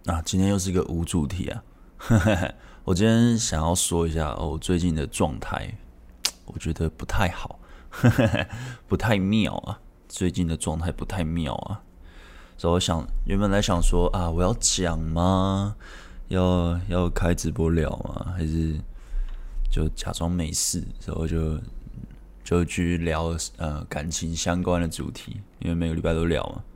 今天又是一个无主题啊。我今天想要说一下我最近的状态，我觉得不太好，不太妙啊。最近的状态不太妙啊，所以原本在想说我要讲吗？要开直播聊吗？还是就假装没事，然后就去聊感情相关的主题，因为每个礼拜都聊嘛。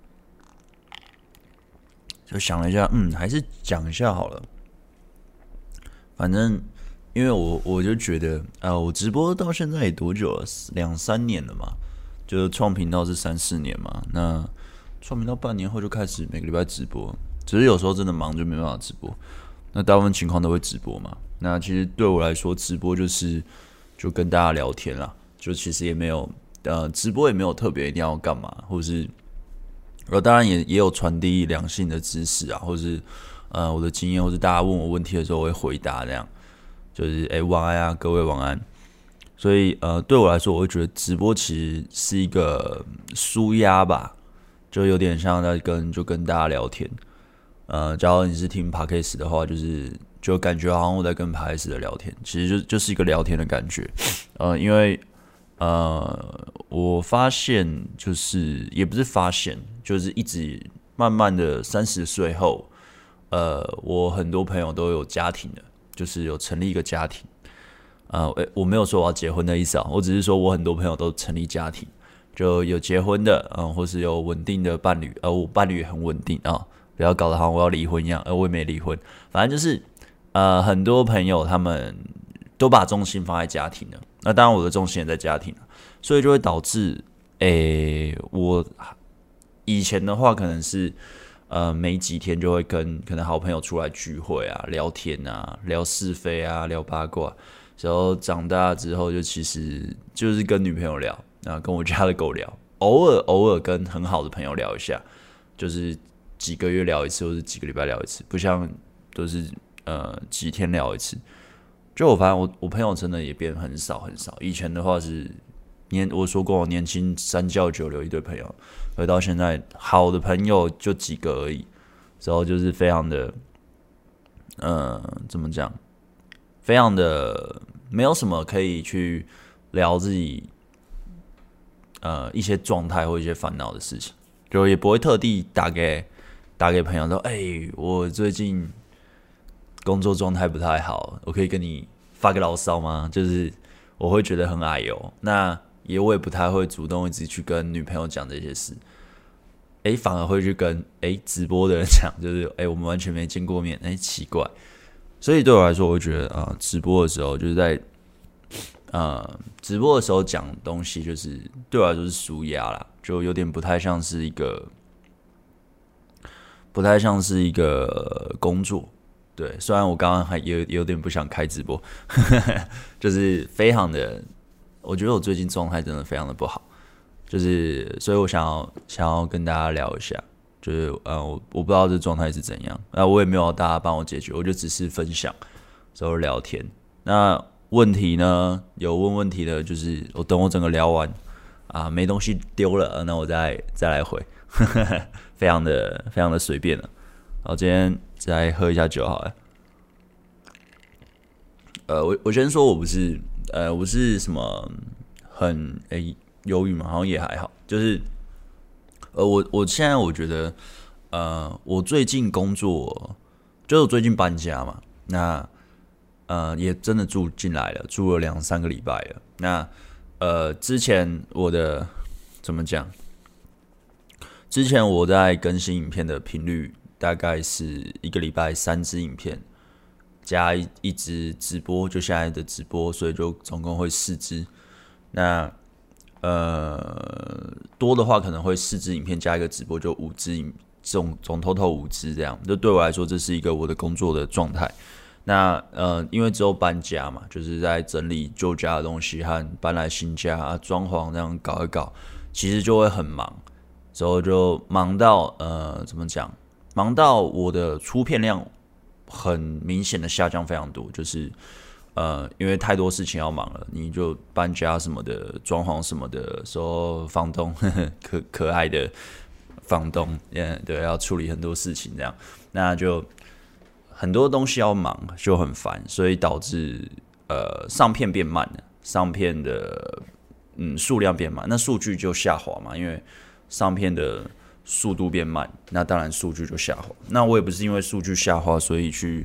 就想了一下，还是讲一下好了。反正因为我就觉得我直播到现在也多久了？2-3年了嘛。就是创频道是3-4年嘛。那创频道半年后就开始每个礼拜直播，只是有时候真的忙就没办法直播。那大部分情况都会直播嘛。那其实对我来说，直播就跟大家聊天啦，就其实也没有直播也没有特别一定要干嘛，或是当然也有传递良性的知识啊，或是我的经验，或是大家问我问题的时候我会回答，这样就是晚安啊，各位晚安。所以对我来说，我会觉得直播其实是一个抒压吧，就有点像在跟大家聊天。假如你是听 Podcast 的话，就感觉好像我在跟 Podcast 的聊天，其实就是一个聊天的感觉。因为我发现也不是发现，就是一直慢慢的30岁后，我很多朋友都有家庭了，就是有成立一个家庭。我没有说我要结婚的意思啊，我只是说我很多朋友都成立家庭，就有结婚的，或是有稳定的伴侣，我伴侣也很稳定啊，不要搞得好像我要离婚一样，我也没离婚，反正就是很多朋友他们都把重心放在家庭了，那当然我的重心也在家庭了，所以就会导致，我以前的话可能是没几天就会跟可能好朋友出来聚会啊，聊天啊，聊是非啊，聊八卦。然后长大之后，其实就是跟女朋友聊，跟我家的狗聊，偶尔跟很好的朋友聊一下，就是几个月聊一次，或是几个礼拜聊一次，不像都是几天聊一次。就我发现我朋友真的也变很少很少。以前的话是我说过我年轻三教九流一堆朋友，而到现在好的朋友就几个而已。然后就是非常的怎么讲？非常的没有什么可以去聊自己一些状态或一些烦恼的事情，就也不会特地打给朋友说，我最近工作状态不太好，我可以跟你发个牢骚吗？就是我会觉得很矮油，那我也不太会主动一直去跟女朋友讲这些事，反而会去跟直播的人讲，就是我们完全没见过面，奇怪。所以对我来说，我会觉得直播的时候就是在直播的时候讲东西，就是对我来说是抒压啦，就有点不太像是一个工作。对，虽然我刚刚还有点不想开直播，就是非常的，我觉得我最近状态真的非常的不好，所以我想要跟大家聊一下。就是我不知道这状态是怎样，我也没有大家帮我解决，我就只是分享，之后聊天。那问题呢？有问题的，就是我等我整个聊完没东西丢了，那我再来回，非常的随便了。好，今天再喝一下酒好了。我先说我不是什么很忧郁嘛，好像也还好，就是。我现在我觉得，我最近工作，就是我最近搬家嘛，那也真的住进来了，住了2-3个礼拜了。那之前怎么讲？之前我在更新影片的频率大概是一个礼拜3支影片，加一支直播，就现在的直播，所以就总共会4支。那多的话可能会4支影片加一个直播，就5支总 total 5支这样。就对我来说，这是一个我的工作的状态。那因为之后搬家嘛，就是在整理旧家的东西和搬来新家装潢这样搞一搞，其实就会很忙。之后就忙到怎么讲？忙到我的出片量很明显的下降非常多，就是因为太多事情要忙了，你就搬家什么的、装潢什么的，说房东可爱的房东，对，要处理很多事情这样，那就很多东西要忙，就很烦，所以导致上片变慢了，上片的数量变慢，那数据就下滑嘛，因为上片的速度变慢，那当然数据就下滑。那我也不是因为数据下滑，所以去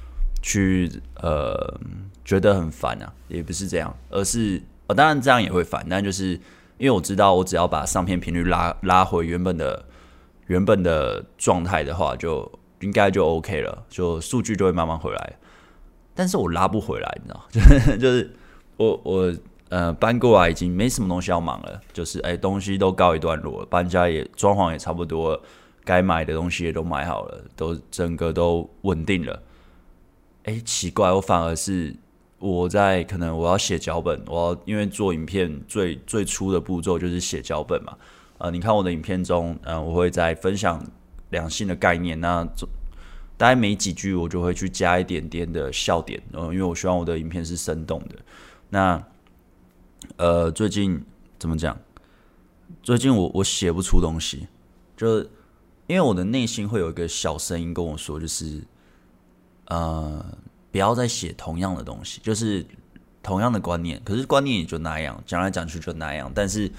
觉得很烦啊，也不是这样，而是当然这样也会烦，但就是因为我知道我只要把上片频率拉回原本的状态的话，就应该就 OK 了，就数据就会慢慢回来。但是我拉不回来，你知道，就是我搬过来已经没什么东西要忙了，就是东西都告一段落了，搬家也装潢也差不多了，该买的东西也都买好了，整个都稳定了。奇怪，我反而是可能我要写脚本，因为做影片最初的步骤就是写脚本嘛。你看我的影片中，我会在分享两性的概念，那大概每几句我就会去加一点点的笑点，因为我希望我的影片是生动的。那最近怎么讲？最近我写不出东西，就因为我的内心会有一个小声音跟我说，就是不要再写同样的东西，就是同样的观念，可是观念也就那样，讲来讲去就那样，但是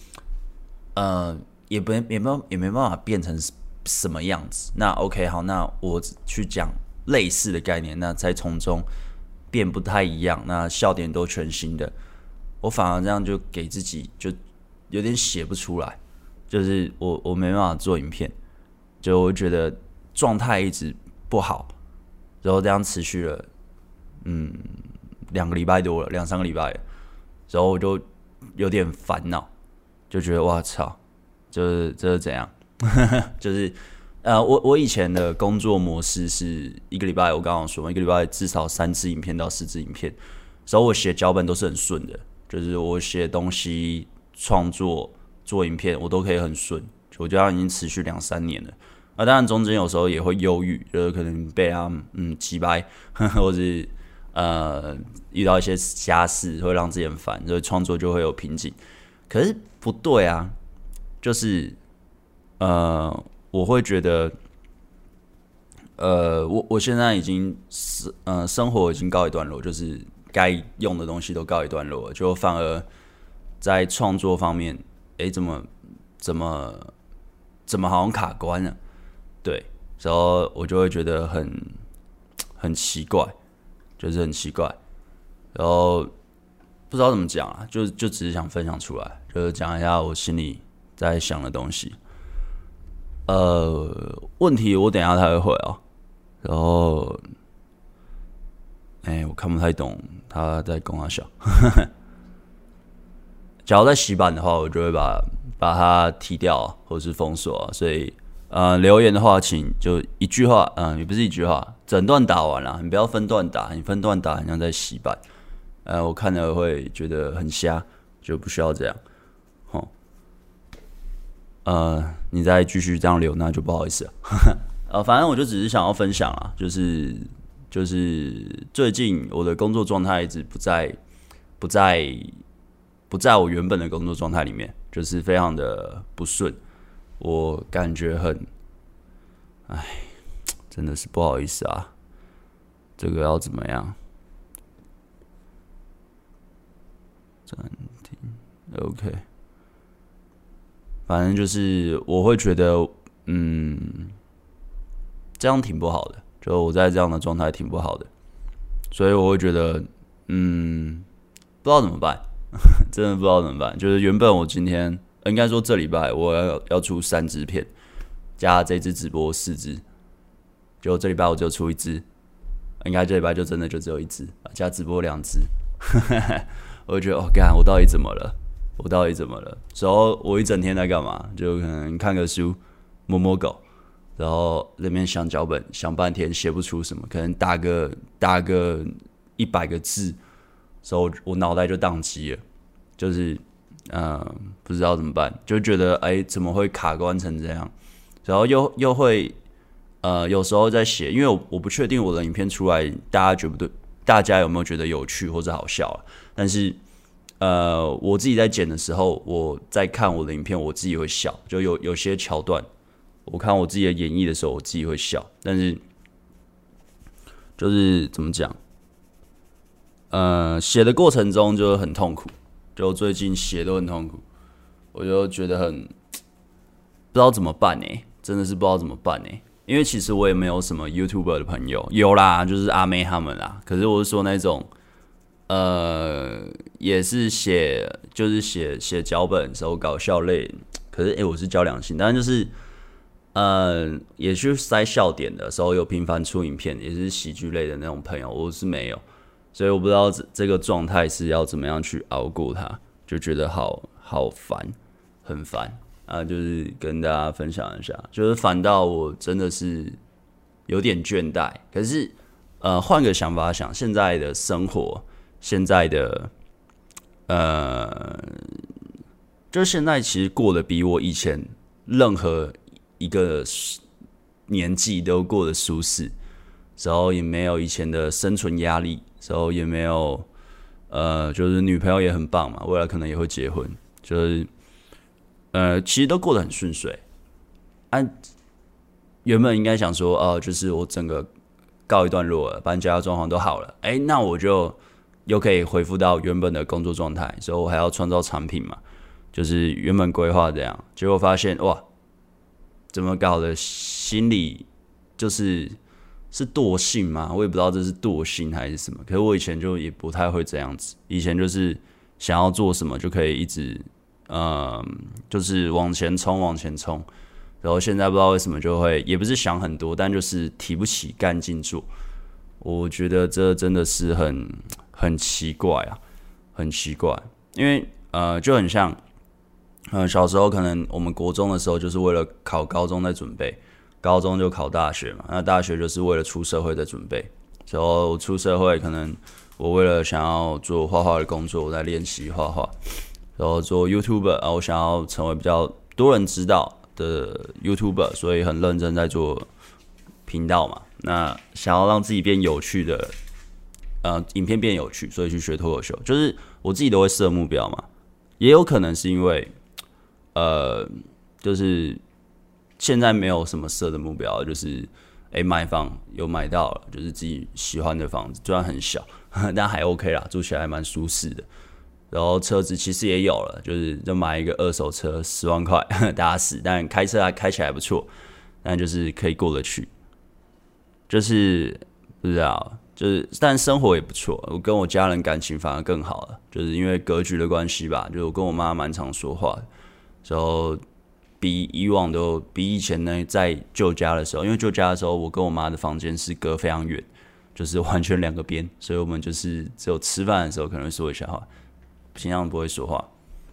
也没办法变成什么样子。那 OK 好，那我去讲类似的概念，那再从中变不太一样，那笑点都全新的，我反而这样就给自己就有点写不出来，就是我没办法做影片，就我觉得状态一直不好，然后这样持续了2个礼拜多了，2-3个礼拜了，然后我就有点烦恼，就觉得哇操，这是怎样？就是我以前的工作模式是一个礼拜，我刚刚说一个礼拜至少3支影片到4支影片，然后我写脚本都是很顺的，就是我写东西、创作、做影片，我都可以很顺，我觉得已经持续2-3年了。当然中间有时候也会忧郁，就是可能被他击败，或者是遇到一些家事会让自己很烦，所以创作就会有瓶颈。可是不对啊，就是我会觉得我现在已经生活已经告一段落，就是该用的东西都告一段落了，就反而在创作方面，怎么好像卡关了？对，然后我就会觉得很奇怪，就是很奇怪，然后不知道怎么讲啊，就只是想分享出来，就是讲一下我心里在想的东西。问题我等一下才会回哦，然后我看不太懂他在跟我笑。假如在洗版的话，我就会把它踢掉或是封锁，所以留言的话，请就一句话，也不是一句话，整段打完啦，你不要分段打，你分段打很像在洗版，我看了会觉得很瞎，就不需要这样，你再继续这样留，那就不好意思了。反正我就只是想要分享啦，就是最近我的工作状态一直不在我原本的工作状态里面，就是非常的不顺，我感觉真的是不好意思啊，这个要怎么样？暂停 ，OK。反正就是我会觉得，这样挺不好的。就我在这样的状态挺不好的，所以我会觉得，不知道怎么办，真的不知道怎么办。就是原本我今天应该说这礼拜我要出3支片，加这支直播4支，结果这礼拜我只有出1支，应该这礼拜就真的就只有1支，加直播2支，我就觉得干，我到底怎么了？然后我一整天在干嘛？就可能看个书，摸狗，然后那边想脚本，想半天写不出什么，可能打个100个字，所以我脑袋就宕机了，就是不知道怎么办，就觉得怎么会卡关成这样？然后又会有时候在写，因为我不确定我的影片出来大家有没有觉得有趣或者好笑但是我自己在剪的时候，我在看我的影片，我自己会笑，就有些桥段我看我自己的演绎的时候，我自己会笑，但是就是怎么讲，写的过程中就很痛苦，就最近写都很痛苦，我就觉得不知道怎么办真的是不知道怎么办因为其实我也没有什么 YouTuber 的朋友，有啦，就是阿妹他们啦，可是我是说那种。也是就是写脚本，时候搞笑类，可是我是教两性，但是就是也去塞笑点的时候，有频繁出影片，也是喜剧类的那种朋友，我是没有，所以我不知道这个状态是要怎么样去熬过它，就觉得好烦，很烦啊，就是跟大家分享一下，就是烦到我真的是有点倦怠，可是换个想法想，现在的生活。现在的就是现在其实过得比我以前任何一个年纪都过得舒适，然后也没有以前的生存压力，然后也没有就是女朋友也很棒嘛，未来可能也会结婚，就是其实都过得很顺遂。原本应该想说就是我整个告一段落了，搬家装潢都好了，那我就。又可以恢复到原本的工作状态，所以我还要创造产品嘛，就是原本规划这样，结果发现哇，怎么搞的？心里是惰性吗？我也不知道这是惰性还是什么。可是我以前就也不太会这样子，以前就是想要做什么就可以一直就是往前冲，然后现在不知道为什么就会，也不是想很多，但就是提不起干劲做。我觉得这真的是很奇怪啊，很奇怪，因为就很像小时候可能我们国中的时候就是为了考高中在准备，高中就考大学嘛，那大学就是为了出社会在准备，然后出社会可能我为了想要做画画的工作，我在练习画画，然后做 YouTuber， 然后我想要成为比较多人知道的 YouTuber， 所以很认真在做频道嘛，那想要让自己变有趣的。影片变有趣，所以去学脱口秀，就是我自己都会设目标嘛，也有可能是因为，就是现在没有什么设的目标，就是买房有买到了，就是自己喜欢的房子，虽然很小，但还 OK 啦，住起来还蛮舒适的。然后车子其实也有了，就买一个二手车，10万块打死，但开车还开起来还不错，但就是可以过得去，就是不知道。但生活也不错，我跟我家人感情反而更好了，就是因为格局的关系吧，就是我跟我妈蛮常说话的，然后比以前呢，在旧家的时候，因为旧家的时候，我跟我妈的房间是隔非常远，就是完全两个边，所以我们就是只有吃饭的时候可能会说一下话，平常不会说话。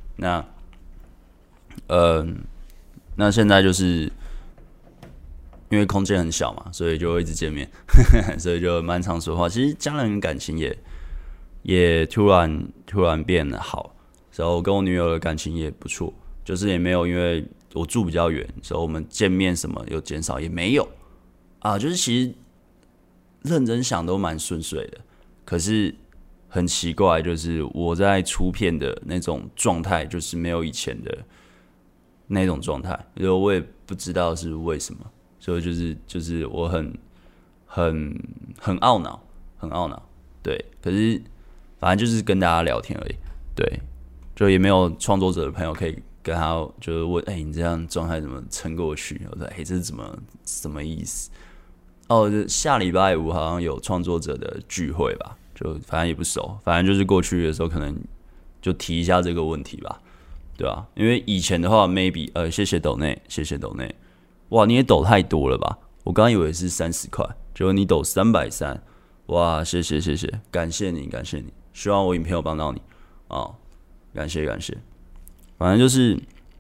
那现在就是因为空间很小嘛，所以就会一直见面，所以就蛮常说话。其实家人感情也突然变得好，然后跟我女友的感情也不错，就是也没有因为我住比较远，所以我们见面什么有减少，也没有啊。就是其实认真想都蛮顺遂的，可是很奇怪，就是我在出片的那种状态，就是没有以前的那种状态，我也不知道是为什么。所以就是我很懊恼，对。可是反正就是跟大家聊天而已，对，就也没有创作者的朋友可以跟他就是问，你这样状态怎么撑过去？我说，这是什么意思？就下礼拜5好像有创作者的聚会吧，就反正也不熟，反正就是过去的时候可能就提一下这个问题吧，对吧？因为以前的话 ，maybe 谢谢斗内。哇，你也抖太多了吧？我刚以为是30块，结果你抖330，哇，谢谢，感谢你，希望我影片有帮到你感谢，反正就是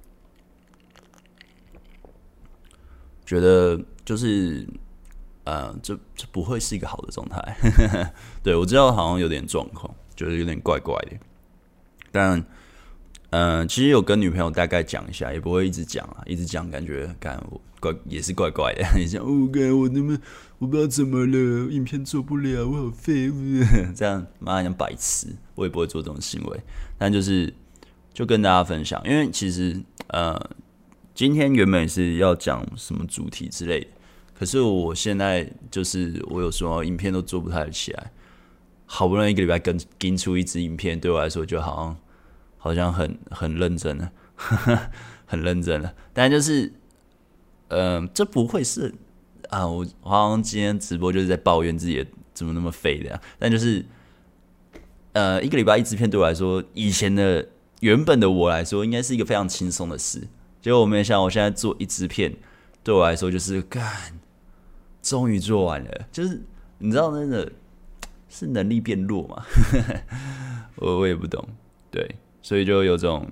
觉得就是这不会是一个好的状态，对，我知道好像有点状况，就是有点怪怪的，但。其实有跟女朋友大概讲一下，也不会一直讲啊，一直讲感觉也是怪怪的。你讲我不知道怎么了，影片做不了，我好废物，这样妈像白痴，我也不会做这种行为。但就跟大家分享，因为其实今天原本是要讲什么主题之类的，可是我现在就是我有时候影片都做不太起来，好不容易一个礼拜跟出一支影片，对我来说就好像很认真了，很认真了。但就是这不会是啊，我好像今天直播就是在抱怨自己怎么那么废的呀。但就是一个礼拜一支片对我来说，以前的原本的我来说，应该是一个非常轻松的事。结果我没想到，我现在做一支片，对我来说就是干，终于做完了。就是你知道那个是能力变弱嘛？我也不懂，对，所以就有种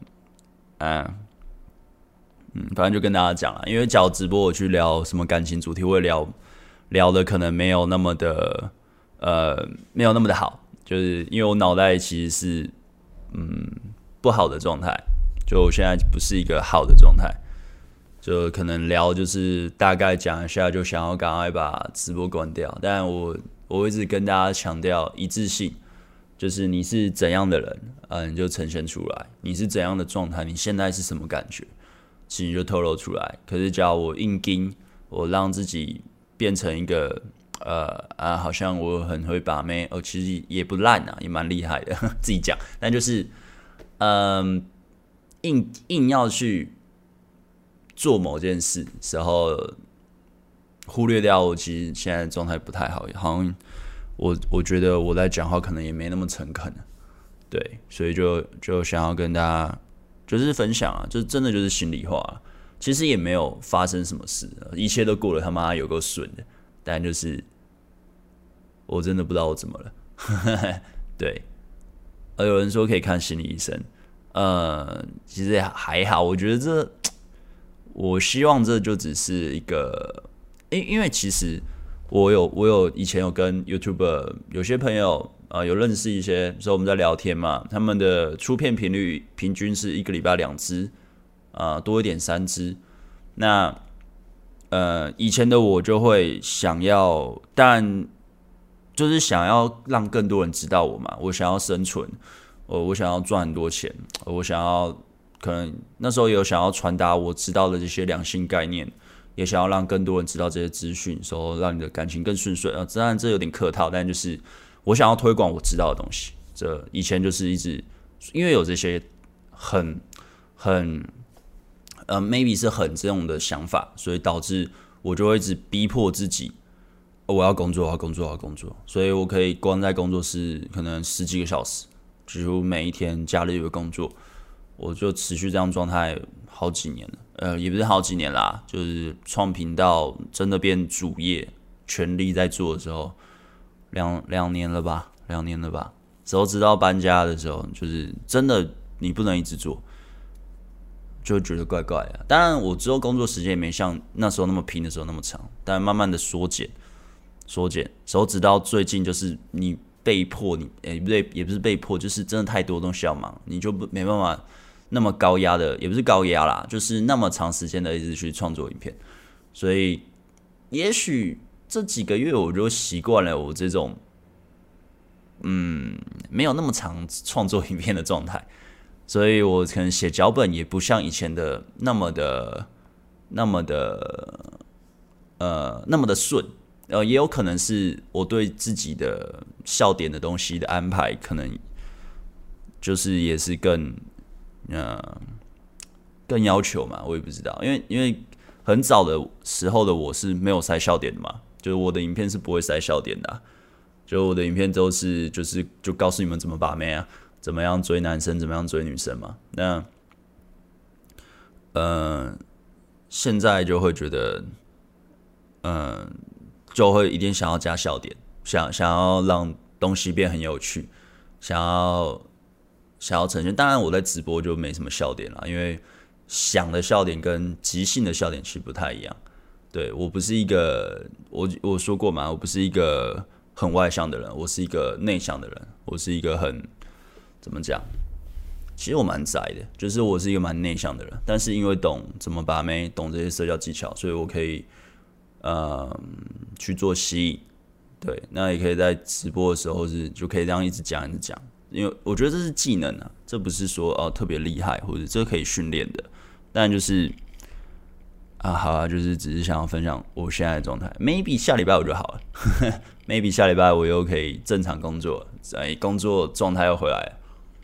反正就跟大家讲了，因为假如直播我去聊什么感情主题，会聊的可能没有那么的没有那么的好，就是因为我脑袋其实是不好的状态，就我现在不是一个好的状态，就可能聊就是大概讲一下，就想要赶快把直播关掉。但我一直跟大家强调一致性，就是你是怎样的人，你就呈现出来；你是怎样的状态，你现在是什么感觉，其实就透露出来。可是，假如我硬盯，我让自己变成一个好像我很会把妹，其实也不烂啊，也蛮厉害的，自己讲。但就是硬要去做某件事时候，忽略掉我其实现在状态不太好，好像我觉得我在讲话可能也没那么诚恳，对，所以就想要跟大家就是分享啊，就真的就是心里话，其实也没有发生什么事，一切都过得他妈有够顺的，但就是我真的不知道我怎么了，对，有人说可以看心理医生，其实还好，我觉得我希望这就只是一个，因为其实我有以前有跟 YouTuber 有些朋友有认识一些，所以我们在聊天嘛，他们的出片频率平均是一个礼拜2支，多一点3支。那以前的我就会想要，但就是想要让更多人知道我嘛，我想要生存，我想要赚很多钱，我想要可能那时候也有想要传达我知道的这些两性概念。也想要让更多人知道这些资讯，说让你的感情更顺遂啊。当然这有点客套，但就是我想要推广我知道的东西。这以前就是一直因为有这些很maybe 是很这种的想法，所以导致我就会一直逼迫自己，我要工作，我要工作，我要工作。所以我可以关在工作室可能10几个小时，几乎每一天假日有工作，我就持续这样状态好几年了。也不是好几年啦，就是创频道真的变主业，全力在做的时候，两年了吧，2年了吧。之后直到搬家的时候，就是真的你不能一直做，就觉得怪怪的。当然，我之后工作时间也没像那时候那么拼的时候那么长，但慢慢的缩减，之后直到最近就是你被迫不对，也不是被迫，就是真的太多东西要忙，你就没办法。那么高压的，也不是高压啦，就是那么长时间的一直去创作影片，所以也许这几个月我就习惯了我这种没有那么长创作影片的状态，所以我可能写脚本也不像以前的那么的顺，也有可能是我对自己的笑点的东西的安排，可能就是也是更要求嘛，我也不知道，因为很早的时候的我是没有塞笑点的嘛，就是我的影片是不会塞笑点的，就我的影片都是就告诉你们怎么把妹啊，怎么样追男生，怎么样追女生嘛。那现在就会觉得就会一定想要加笑点，想要让东西变很有趣，想要呈现。当然我在直播就没什么笑点啦，因为想的笑点跟即兴的笑点其实不太一样。对，我不是一个我说过嘛，我不是一个很外向的人，我是一个内向的人，我是一个很怎么讲？其实我蛮宅的，就是我是一个蛮内向的人，但是因为懂怎么把妹，懂这些社交技巧，所以我可以去做吸引。对，那也可以在直播的时候就可以这样一直讲，因为我觉得这是技能啊，这不是说特别厉害或者这可以训练的，但就是好啊，就是只是想要分享我现在的状态。Maybe 下礼拜我就好了，Maybe 下礼拜我又可以正常工作，工作状态又回来了，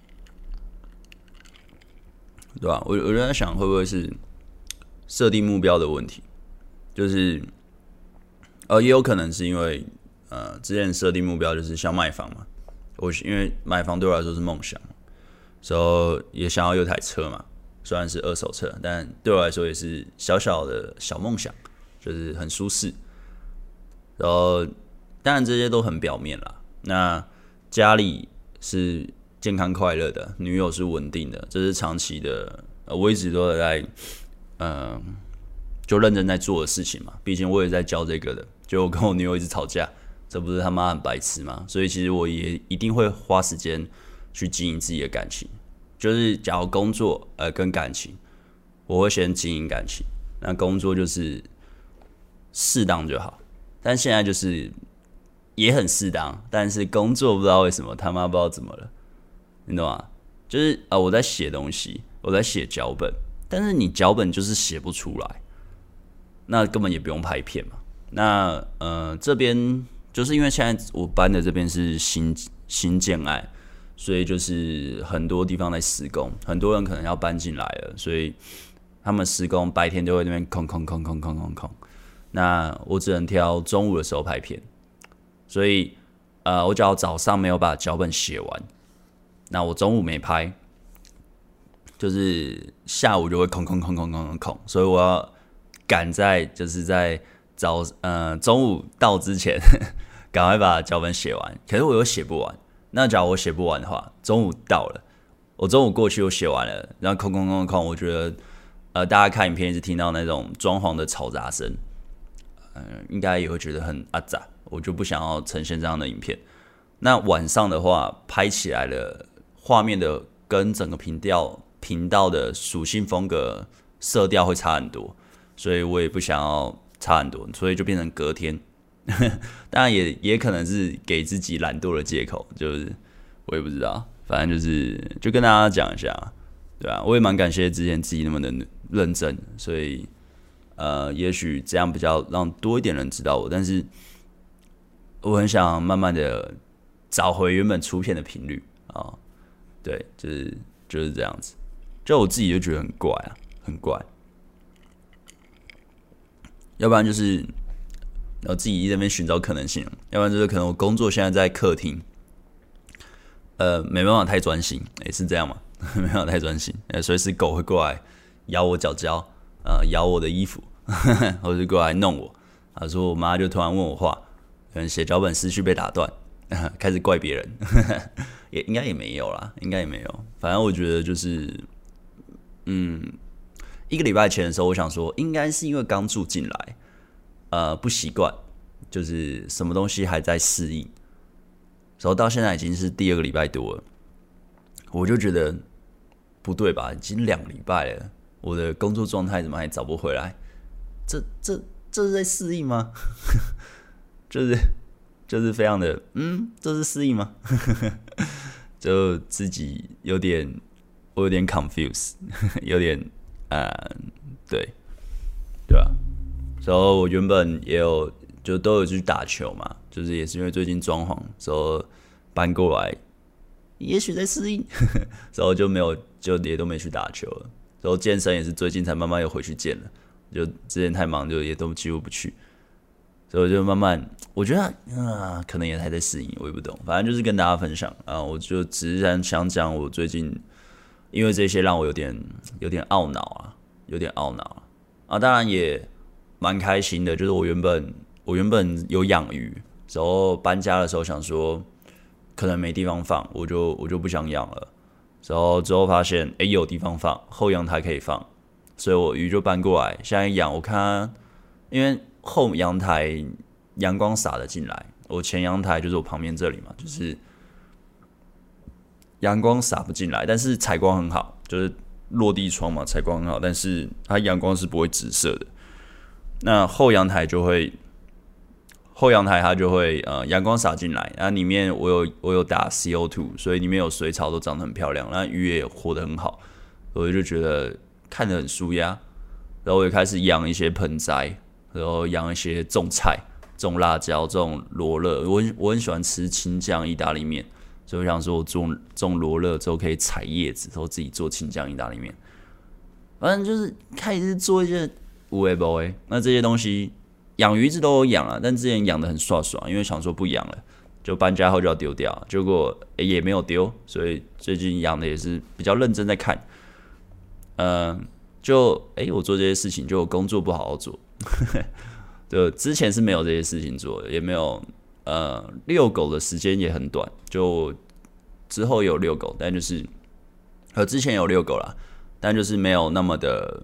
对吧？我就在想，会不会是设定目标的问题？就是也有可能是因为之前设定目标就是想买房嘛，因为买房对我来说是梦想，所以也想要有台车嘛。虽然是二手车，但对我来说也是小小的小梦想，就是很舒适。然后，当然这些都很表面啦。那家里是健康快乐的，女友是稳定的，这是长期的。我一直都在就认真在做的事情嘛。毕竟我也在教这个的，就我跟我女友一直吵架，这不是他妈很白痴吗？所以其实我也一定会花时间去经营自己的感情。就是假如工作跟感情，我会先经营感情，那工作就是适当就好。但现在就是也很适当，但是工作不知道为什么他妈不知道怎么了，你懂吗？就是我在写东西，我在写脚本，但是你脚本就是写不出来，那根本也不用拍片嘛。那这边就是因为现在我搬的这边是新建案。所以就是很多地方在施工，很多人可能要搬进来了，所以他们施工白天就会那边空。那我只能挑中午的时候拍片，所以我只要早上没有把脚本写完，那我中午没拍，就是下午就会空，所以我要赶在就是在中午到之前赶快把脚本写完，可是我又写不完。那假如我写不完的话，中午到了，我中午过去我写完了，然后空，我觉得大家看影片一直听到那种装潢的嘈杂声，应该也会觉得很阿杂，我就不想要呈现这样的影片。那晚上的话，拍起来的画面的跟整个频道的属性风格色调会差很多，所以我也不想要差很多，所以就变成隔天。当然也可能是给自己懒惰的借口，就是我也不知道，反正就跟大家讲一下，对啊，我也蛮感谢之前自己那么的认真，所以也许这样比较让多一点人知道我，但是我很想慢慢的找回原本出片的频率啊，对，就是这样子，就我自己就觉得很怪啊，很怪，要不然就是然后自己在那边寻找可能性，要不然就是可能我工作现在在客厅，没办法太专心，是这样嘛？没办法太专心，随时狗会过来咬我脚脚，咬我的衣服，或者过来弄我。说我妈就突然问我话，可能写脚本思绪被打断，开始怪别人，也应该也没有啦，应该也没有。反正我觉得就是，一个礼拜前的时候，我想说应该是因为刚住进来。不习惯，就是什么东西还在适应，然后到现在已经是第2个礼拜多了，我就觉得不对吧？已经2礼拜了，我的工作状态怎么还找不回来？这是在适应吗？就是非常的，这是适应吗？就自己我有点 confused， 有点对吧？然后我原本也有就都有去打球嘛，就是也是因为最近装潢，然后搬过来，也许在适应，然后就没有就也都没去打球了。然后健身也是最近才慢慢又回去健了，就之前太忙就也都几乎不去，所以我就慢慢我觉得可能也还在适应，我也不懂，反正就是跟大家分享啊，我就只是想讲我最近因为这些让我有点懊恼啊，当然也。蛮开心的，就是我原本有养鱼，然后搬家的时候想说可能没地方放，我就不想养了。然后之后发现有地方放，后阳台可以放，所以我鱼就搬过来。现在养，我看它因为后阳台阳光洒了进来，我前阳台就是我旁边这里嘛，就是阳光洒不进来，但是采光很好，就是落地窗嘛，采光很好，但是它阳光是不会直射的。那后阳台它就会阳光洒进来，然后里面我有打 CO2， 所以里面有水草都长得很漂亮，那鱼也活得很好，我就觉得看得很舒压， 然后我也开始养一些盆栽，然后养一些种菜、种辣椒、种罗勒。我很喜欢吃青酱意大利面，所以我想说我种罗勒之后可以采叶子，然后自己做青酱意大利面。反正就是开始做一些无为不为。那这些东西养鱼一直都有养啊，但之前养的很爽，因为想说不养了，就搬家后就要丢掉，结果也没有丢，所以最近养的也是比较认真在看。我做这些事情就工作不好好做，就之前是没有这些事情做的，也没有遛狗的时间也很短，就之后有遛狗，但就是之前有遛狗啦，但就是没有那么的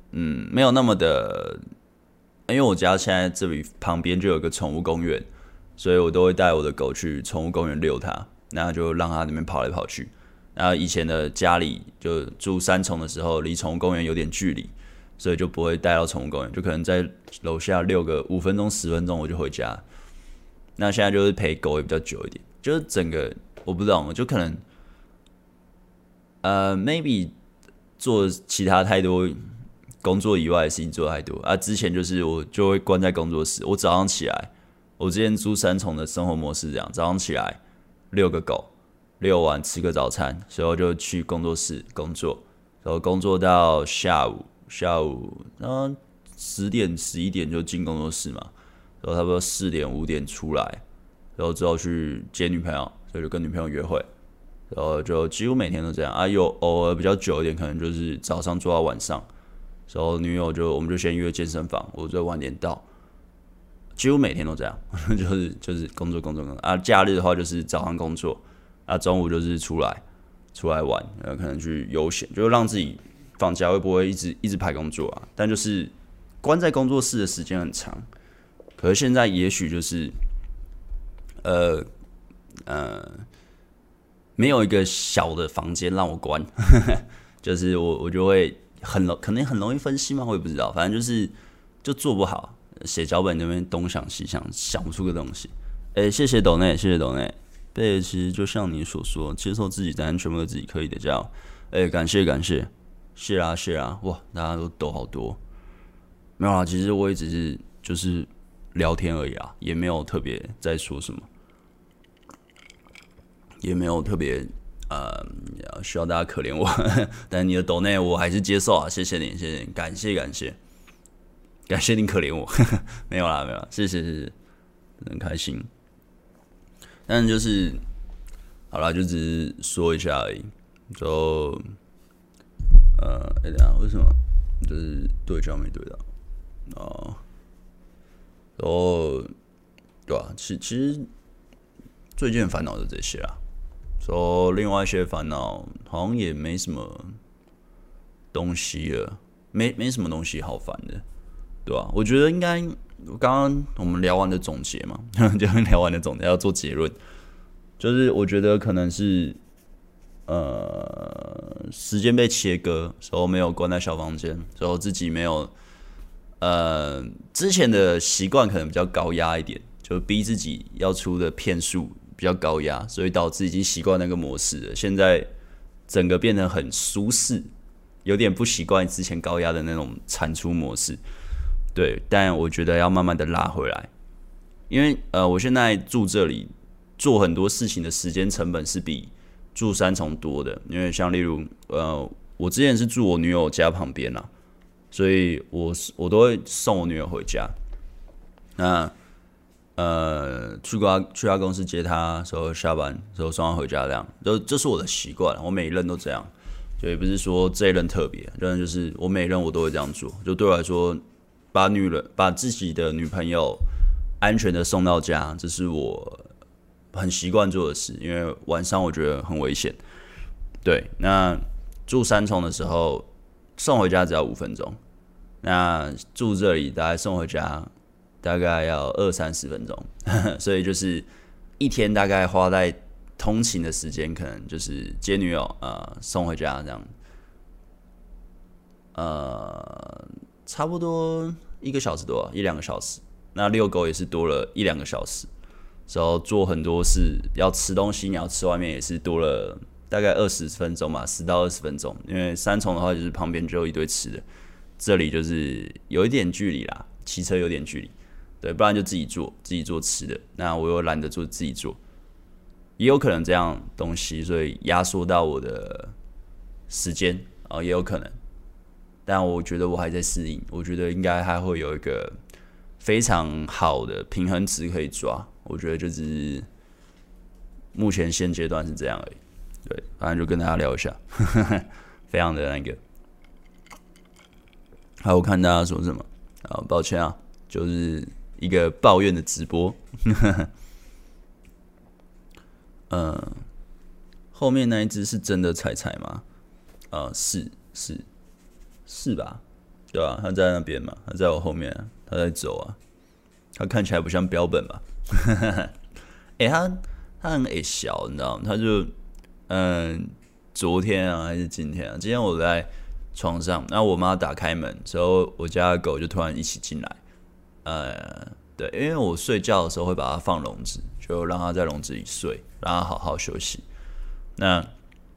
因为我家现在这里旁边就有个宠物公园，所以我都会带我的狗去宠物公园遛它，然后就让它那边跑来跑去。然后以前的家里就住三重的时候，离宠物公园有点距离，所以就不会带到宠物公园，就可能在楼下遛个5分钟10分钟我就回家。那现在就是陪狗也比较久一点，就是整个我不懂，就可能maybe 做其他太多工作以外的事情做太多啊。之前就是我就会关在工作室，我早上起来，我之前住三重的生活模式这样，早上起来遛个狗。遛完吃个早餐，然后就去工作室工作，然后工作到下午10点11点就进工作室嘛，然后差不多4点5点出来，然后之后去接女朋友，所以就跟女朋友约会，然后就几乎每天都这样啊，有偶尔比较久一点，可能就是早上做到晚上，然后女友我们就先约健身房，我再晚点到，几乎每天都这样，就是工作啊，假日的话就是早上工作。中午就是出来玩，可能去悠闲，就让自己放假会不会一直排工作啊？但就是关在工作室的时间很长，可是现在也许就是没有一个小的房间让我关，就是我就会可能很容易分心嘛，我也不知道，反正就做不好，写脚本那边东想西想，想不出个东西。谢谢斗内，谢谢斗内。对，其实就像你所说，接受自己，答案全部都自己可以的，这样。感谢，是啊，哇，大家都抖好多。没有啦，其实我也只是就是聊天而已啊，也没有特别在说什么，也没有特别需要大家可怜我。但你的抖内我还是接受啊，谢谢你，感谢你可怜我。没有啦，谢谢，很开心。但就是好啦，就只是说一下而已。就等一下为什么就是对焦没对到哦？然后对吧？其实最近的烦恼就这些啦。说另外一些烦恼好像也没什么东西了，没什么东西好烦的，对吧？我觉得应该。刚刚我们聊完的总结嘛，就聊完的总结要做结论，就是我觉得可能是时间被切割，然后没有关在小房间，然后自己没有之前的习惯可能比较高压一点，就逼自己要出的片数比较高压，所以导致已经习惯那个模式了，现在整个变得很舒适，有点不习惯之前高压的那种产出模式。对，但我觉得要慢慢的拉回来，因为我现在住这里，做很多事情的时间成本是比住三重多的。因为像例如我之前是住我女友家旁边啦，所以我都会送我女友回家。那去她公司接她，时候下班时候送她回家，这样这是我的习惯，我每一任都这样，就也不是说这一任特别，就是我每一任我都会这样做，就对我来说。把自己的女朋友安全的送到家，这是我很习惯做的事，因为晚上我觉得很危险。对，那住三重的时候送回家只要5分钟，那住这里大概送回家大概要20-30分钟，所以就是一天大概花在通勤的时间，可能就是接女友送回家这样，差不多1个小时多，1-2个小时。那遛狗也是多了1-2个小时，然后做很多事，要吃东西，你要吃外面也是多了大概20分钟吧，10到20分钟。因为三重的话就是旁边就有一堆吃的， 这里就是有一点距离啦，骑车有点距离，对，不然就自己做吃的。那我又懒得自己做，也有可能这样东西，所以压缩到我的时间也有可能。但我觉得我还在适应，我觉得应该还会有一个非常好的平衡值可以抓。我觉得就是目前现阶段是这样而已。对，反正就跟大家聊一下，非常的那个。好，我看大家说什么，抱歉啊，就是一个抱怨的直播。后面那一只是真的彩彩吗？是吧？对吧？他在那边嘛，他在我后面啊，他在走啊，他看起来不像标本吧？他很小，你知道吗？他就昨天啊还是今天啊？今天我在床上，然后我妈打开门之后，我家的狗就突然一起进来。对，因为我睡觉的时候会把它放笼子，就让它在笼子里睡，让它好好休息。那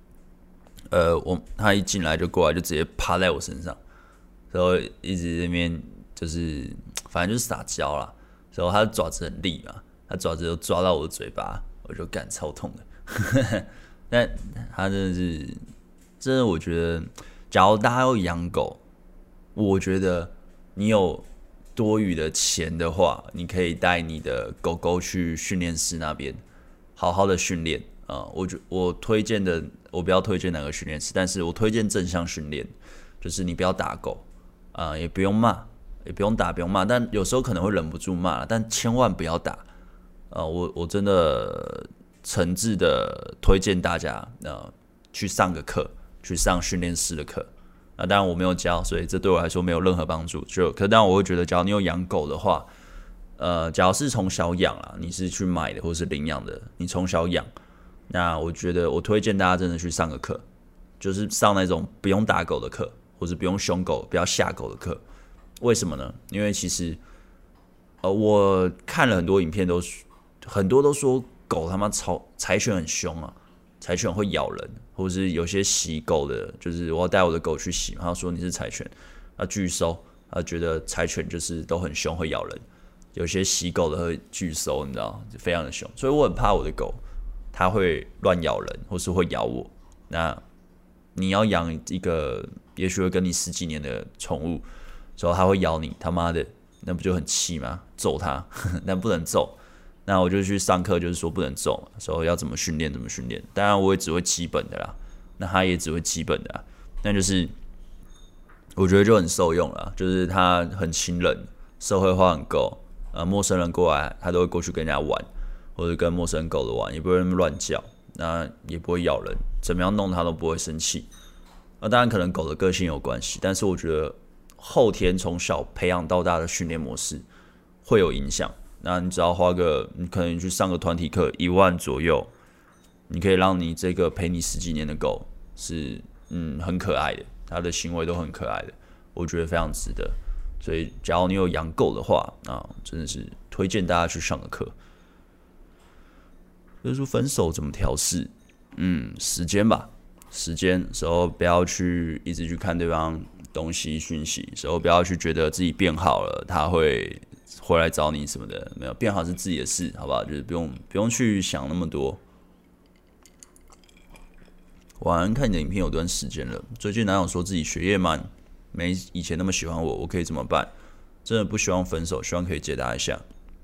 它一进来就过来，就直接趴在我身上，然后一直在那边就是反正就是撒娇啦。然后它的爪子很利嘛，它爪子都抓到我的嘴巴，我就干超痛的。但它真的，我觉得，假如大家要养狗，我觉得你有多余的钱的话，你可以带你的狗狗去训练室那边好好的训练我推荐的，我不要推荐哪个训练室，但是我推荐正向训练，就是你不要打狗也不用骂，也不用打，不用骂，但有时候可能会忍不住骂，但千万不要打。我真的诚挚的推荐大家去上个课，去上训练师的课。当然我没有教，所以这对我来说没有任何帮助。可当然我会觉得，假如你有养狗的话，假如是从小养啦，你是去买的或是领养的，你从小养，那我觉得我推荐大家真的去上个课，就是上那种不用打狗的课，或是不用凶狗、不要吓狗的课。为什么呢？因为其实我看了很多影片，很多都说狗他妈柴犬很凶啊，柴犬会咬人，或是有些洗狗的，就是我要带我的狗去洗，他说你是柴犬，他拒收，他觉得柴犬就是都很凶，会咬人。有些洗狗的会拒收，你知道，就非常的凶，所以我很怕我的狗它会乱咬人，或是会咬我。那你要养一个也许会跟你10几年的宠物，之后它会咬你，他妈的，那不就很气吗？揍它，但不能揍。那我就去上课，就是说不能揍，所以要怎么训练，怎么训练。当然我也只会基本的啦，那他也只会基本的啦。那就是我觉得就很受用啦，就是他很亲人，社会化很够。陌生人过来，他都会过去跟人家玩，或者跟陌生狗的玩，也不会那么乱叫，那也不会咬人，怎么样弄它都不会生气。当然可能狗的个性有关系，但是我觉得后天从小培养到大的训练模式会有影响。那你只要你可能去上个团体课1万左右，你可以让你这个陪你10几年的狗是很可爱的，它的行为都很可爱的，我觉得非常值得。所以假如你有养狗的话真的是推荐大家去上个课。就是说分手怎么调试？时间吧，时间时候不要去一直去看对方东西讯息，时候不要去觉得自己变好了，他会回来找你什么的，没有变好是自己的事，好不好？就是不用去想那么多。晚安，看你的影片有段时间了，最近男友说自己学业慢，没以前那么喜欢我，我可以怎么办？真的不希望分手，希望可以解答一下。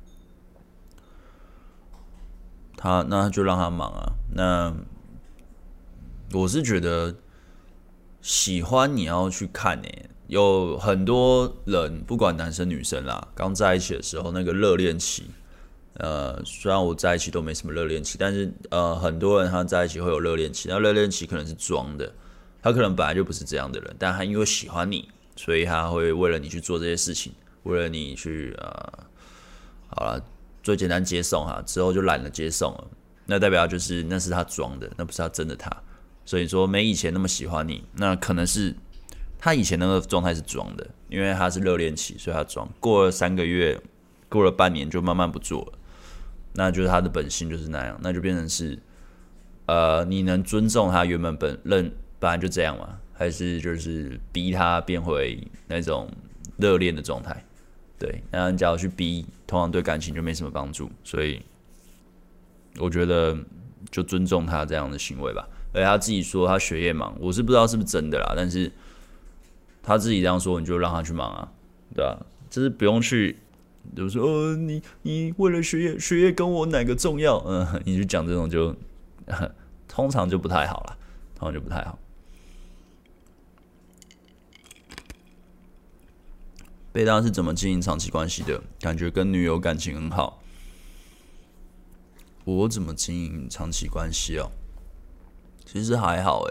那就让他忙啊。那我是觉得喜欢你要去看有很多人不管男生女生啦，刚在一起的时候那个热恋期，虽然我在一起都没什么热恋期，但是很多人他在一起会有热恋期，那热恋期可能是装的，他可能本来就不是这样的人，但他因为喜欢你，所以他会为了你去做这些事情，为了你去好了，最简单接送之后就懒得接送了，那代表就是那是他装的，那不是他真的他。所以说没以前那么喜欢你，那可能是他以前那个状态是装的，因为他是热恋期，所以他装。过了3个月，过了半年就慢慢不做了，那就是他的本性就是那样，那就变成是你能尊重他原本本来就这样嘛？ 还是就是逼他变回那种热恋的状态？对，那你只要去逼，通常对感情就没什么帮助。所以我觉得就尊重他这样的行为吧。而且他自己说他学业忙，我是不知道是不是真的啦，但是他自己这样说，你就让他去忙啊，对吧？就是不用去，就是说你为了学业跟我哪个重要？你去讲这种就通常就不太好了，通常就不太好。贝大是怎么经营长期关系的？感觉跟女友感情很好。我怎么经营长期关系哦？其实还好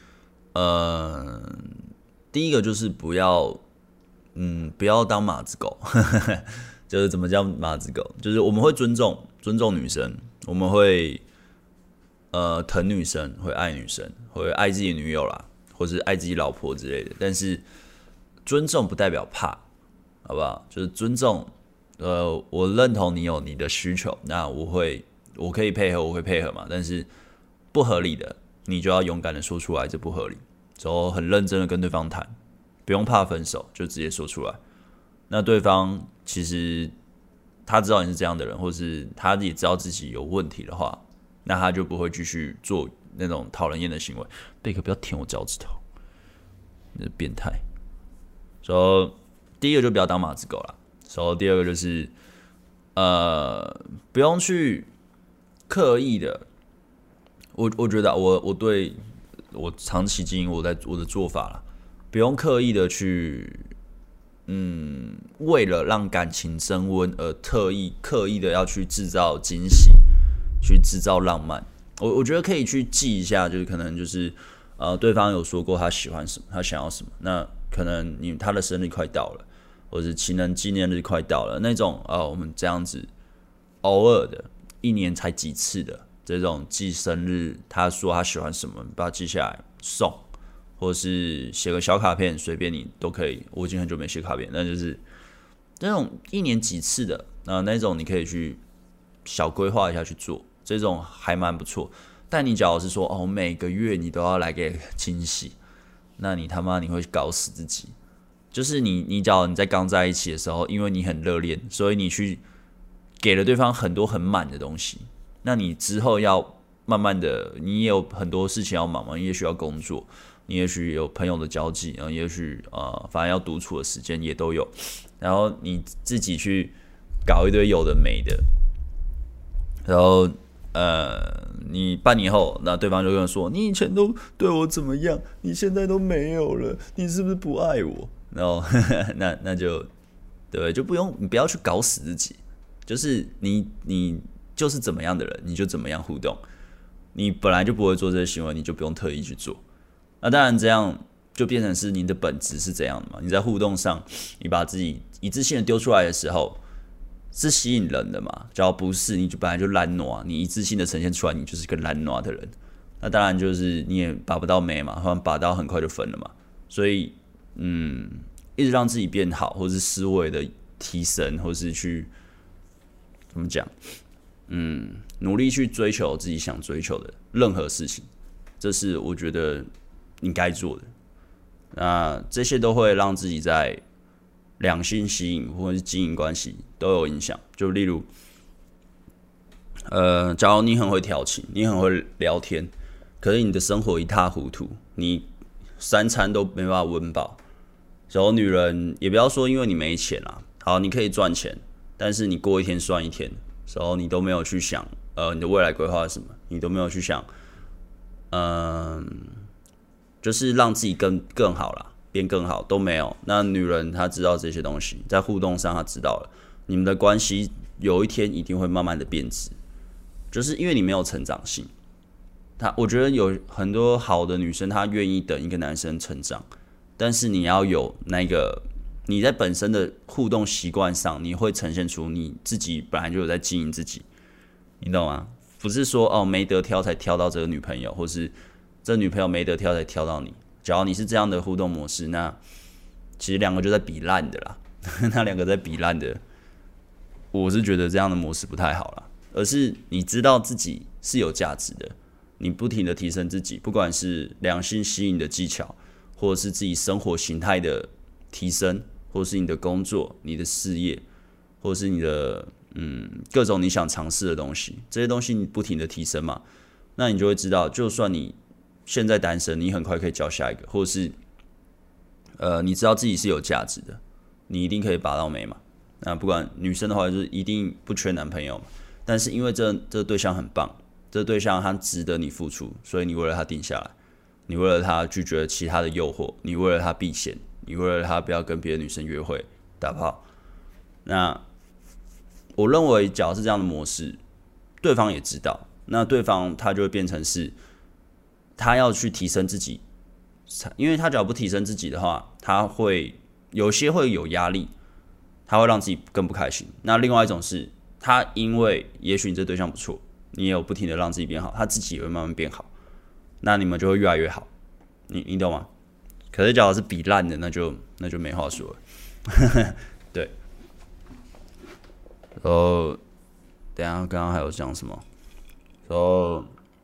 第一个就是不要当马子狗，就是怎么叫马子狗？就是我们会尊重女生，我们会疼女生，会爱女生，会爱自己的女友啦，或是爱自己老婆之类的。但是尊重不代表怕，好不好？就是尊重，我认同你有你的需求，那我可以配合，我会配合嘛。但是不合理的，你就要勇敢的说出来，这不合理。之后很认真的跟对方谈，不用怕分手，就直接说出来。那对方其实他知道你是这样的人，或是他也知道自己有问题的话，那他就不会继续做那种讨人厌的行为。贝克，不要舔我脚趾头，你是变态。第一个就不要当马子狗啦。第二个就是不用去刻意的。我觉得我对我长期经营我的做法啦，不用刻意的去为了让感情升温而刻意的要去制造惊喜，去制造浪漫。我觉得可以去记一下，就是可能就是对方有说过他喜欢什么，他想要什么，那可能他的生日快到了，或者情人纪念日快到了，那种我们这样子偶尔的，一年才几次的这种记生日，他说他喜欢什么，把它记下来送，或是写个小卡片，随便你都可以。我已经很久没写卡片，那就是那种一年几次的，那种你可以去小规划一下去做，这种还蛮不错。但你假如是说每个月你都要来给惊喜，那你他妈你会搞死自己。就是你假如你在刚在一起的时候，因为你很热恋，所以你去给了对方很多很满的东西。那你之后要慢慢的，你也有很多事情要忙嘛，你也许要工作，你也许有朋友的交际，然后也许反正要独处的时间也都有，然后你自己去搞一堆有的没的，然后你半年后，那对方就跟我说，你以前都对我怎么样，你现在都没有了，你是不是不爱我？然后那就对，就你不要去搞死自己，就是你就是怎么样的人，你就怎么样互动。你本来就不会做这些行为，你就不用特意去做。那当然，这样就变成是你的本质是这样的嘛？你在互动上，你把自己一致性的丢出来的时候，是吸引人的嘛？只要不是，你就本来就懒惰，你一致性的呈现出来，你就是个懒惰的人。那当然就是你也把不到妹嘛，或者把到很快就分了嘛。所以，一直让自己变好，或是思维的提升，或是去怎么讲？努力去追求自己想追求的任何事情，这是我觉得你该做的。那这些都会让自己在两性吸引或者是经营关系都有影响。就例如，假如你很会调情，你很会聊天，可是你的生活一塌糊涂，你3餐都没办法温饱。然后女人也不要说因为你没钱啦，好，你可以赚钱，但是你过一天算一天。然后你都没有去想，你的未来规划是什么？你都没有去想，就是让自己更好啦，变更好都没有。那女人她知道这些东西，在互动上她知道了，你们的关系有一天一定会慢慢的变质，就是因为你没有成长性。我觉得有很多好的女生，她愿意等一个男生成长，但是你要有那个。你在本身的互动习惯上，你会呈现出你自己本来就有在经营自己，你懂吗？不是说没得挑才挑到这个女朋友，或是这女朋友没得挑才挑到你。假如你是这样的互动模式，那其实两个就在比烂的啦。那两个在比烂的，我是觉得这样的模式不太好啦。而是你知道自己是有价值的，你不停的提升自己，不管是两性吸引的技巧， 或者是自己生活形态的提升，或者是你的工作、你的事业，或者是你的各种你想尝试的东西，这些东西你不停的提升嘛，那你就会知道，就算你现在单身，你很快可以交下一个，或者是你知道自己是有价值的，你一定可以拔到妹嘛。那不管女生的话，就是一定不缺男朋友嘛。但是因为这对象很棒，这对象他值得你付出，所以你为了他定下来，你为了他拒绝其他的诱惑，你为了他避嫌，你为了他不要跟别的女生约会打炮。那我认为，假如是这样的模式，对方也知道，那对方他就会变成是，他要去提升自己，因为他只要不提升自己的话，他会有些会有压力，他会让自己更不开心。那另外一种是，他因为也许你这对象不错，你也有不停的让自己变好，他自己也会慢慢变好，那你们就会越来越好，你懂吗？可是假如是比烂的，那就没话说了。对，然后等一下刚刚还有讲什么？然后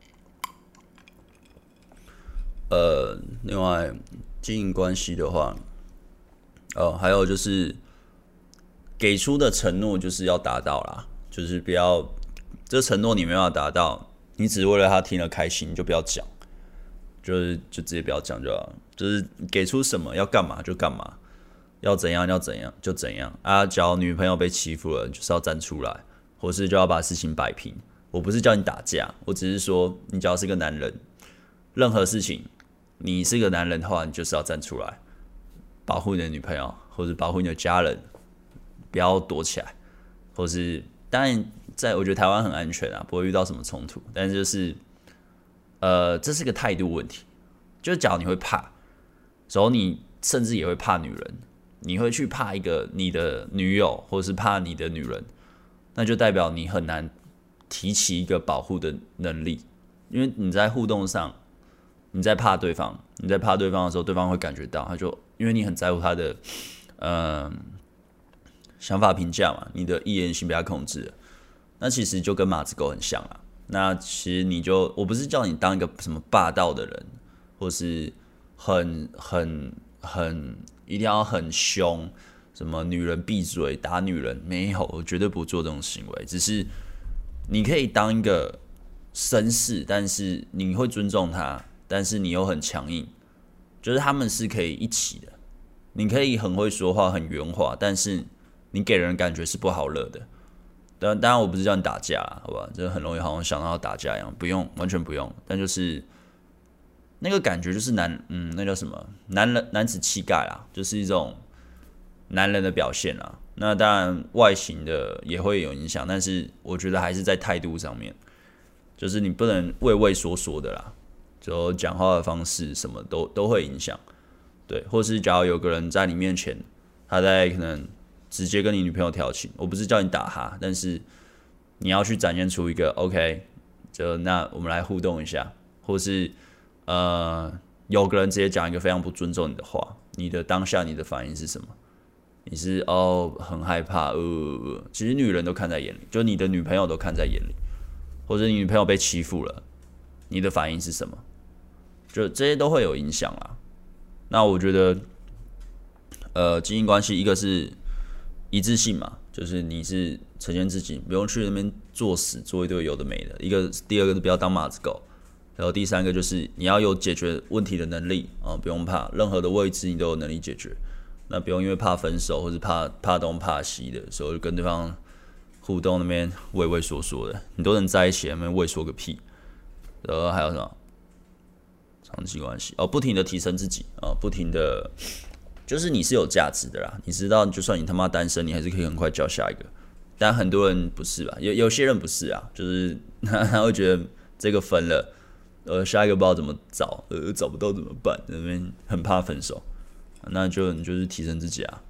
另外经营关系的话，还有就是给出的承诺就是要达到啦，就是不要这承诺你没办法达到，你只是为了他听了开心，你就不要讲，就直接不要讲就好，就是给出什么要干嘛就干嘛，要怎样就怎样啊。只要女朋友被欺负了，就是要站出来，或是就要把事情摆平。我不是叫你打架，我只是说你只要是个男人，任何事情你是个男人的话，你就是要站出来，保护你的女朋友，或者保护你的家人，不要躲起来，或是当然我觉得台湾很安全啊，不会遇到什么冲突，但是就是这是个态度问题。就是假如你会怕，然后你甚至也会怕女人，你会去怕一个你的女友，或是怕你的女人，那就代表你很难提起一个保护的能力，因为你在互动上，你在怕对方的时候，对方会感觉到，他就因为你很在乎他的想法评价嘛，你的意言性被他控制了，那其实就跟马子狗很像啊。那其实我不是叫你当一个什么霸道的人，或是很一定要很凶，什么女人闭嘴打女人，没有，我绝对不做这种行为。只是你可以当一个绅士，但是你会尊重他，但是你又很强硬，就是他们是可以一起的。你可以很会说话，很圆滑，但是你给人感觉是不好惹的。当然我不是叫你打架啦，好吧？这很容易好像想到要打架一样，不用，完全不用。但就是那个感觉就是那叫什么？男子气概啦，就是一种男人的表现啦。那当然外形的也会有影响，但是我觉得还是在态度上面，就是你不能畏畏缩缩的啦，就讲话的方式什么都会影响。对，或是假如有个人在你面前，他在可能直接跟你女朋友调情，我不是叫你打他，但是你要去展现出一个 OK， 就那我们来互动一下，或是有个人直接讲一个非常不尊重你的话，你的当下你的反应是什么？你是很害怕，其实女人都看在眼里，就你的女朋友都看在眼里，或者你女朋友被欺负了，你的反应是什么？就这些都会有影响啦。那我觉得，经营关系一个是一致性嘛，就是你是呈现自己，不用去那边做死做一堆有的没的。第二个是不要当马子狗，然后第三个就是你要有解决问题的能力啊，不用怕，任何的未知你都有能力解决。那不用因为怕分手或是怕东怕西的时候，就跟对方互动那边畏畏缩缩的，你都能在一起，那边畏缩个屁。然后还有什么？长期关系不停的提升自己不停的，就是你是有价值的啦。你知道，就算你他妈单身，你还是可以很快交下一个。但很多人不是吧？有些人不是啊，就是他会觉得这个分了，下一个不知道怎么找，找不到怎么办？那边很怕分手，那你就是提升自己啊。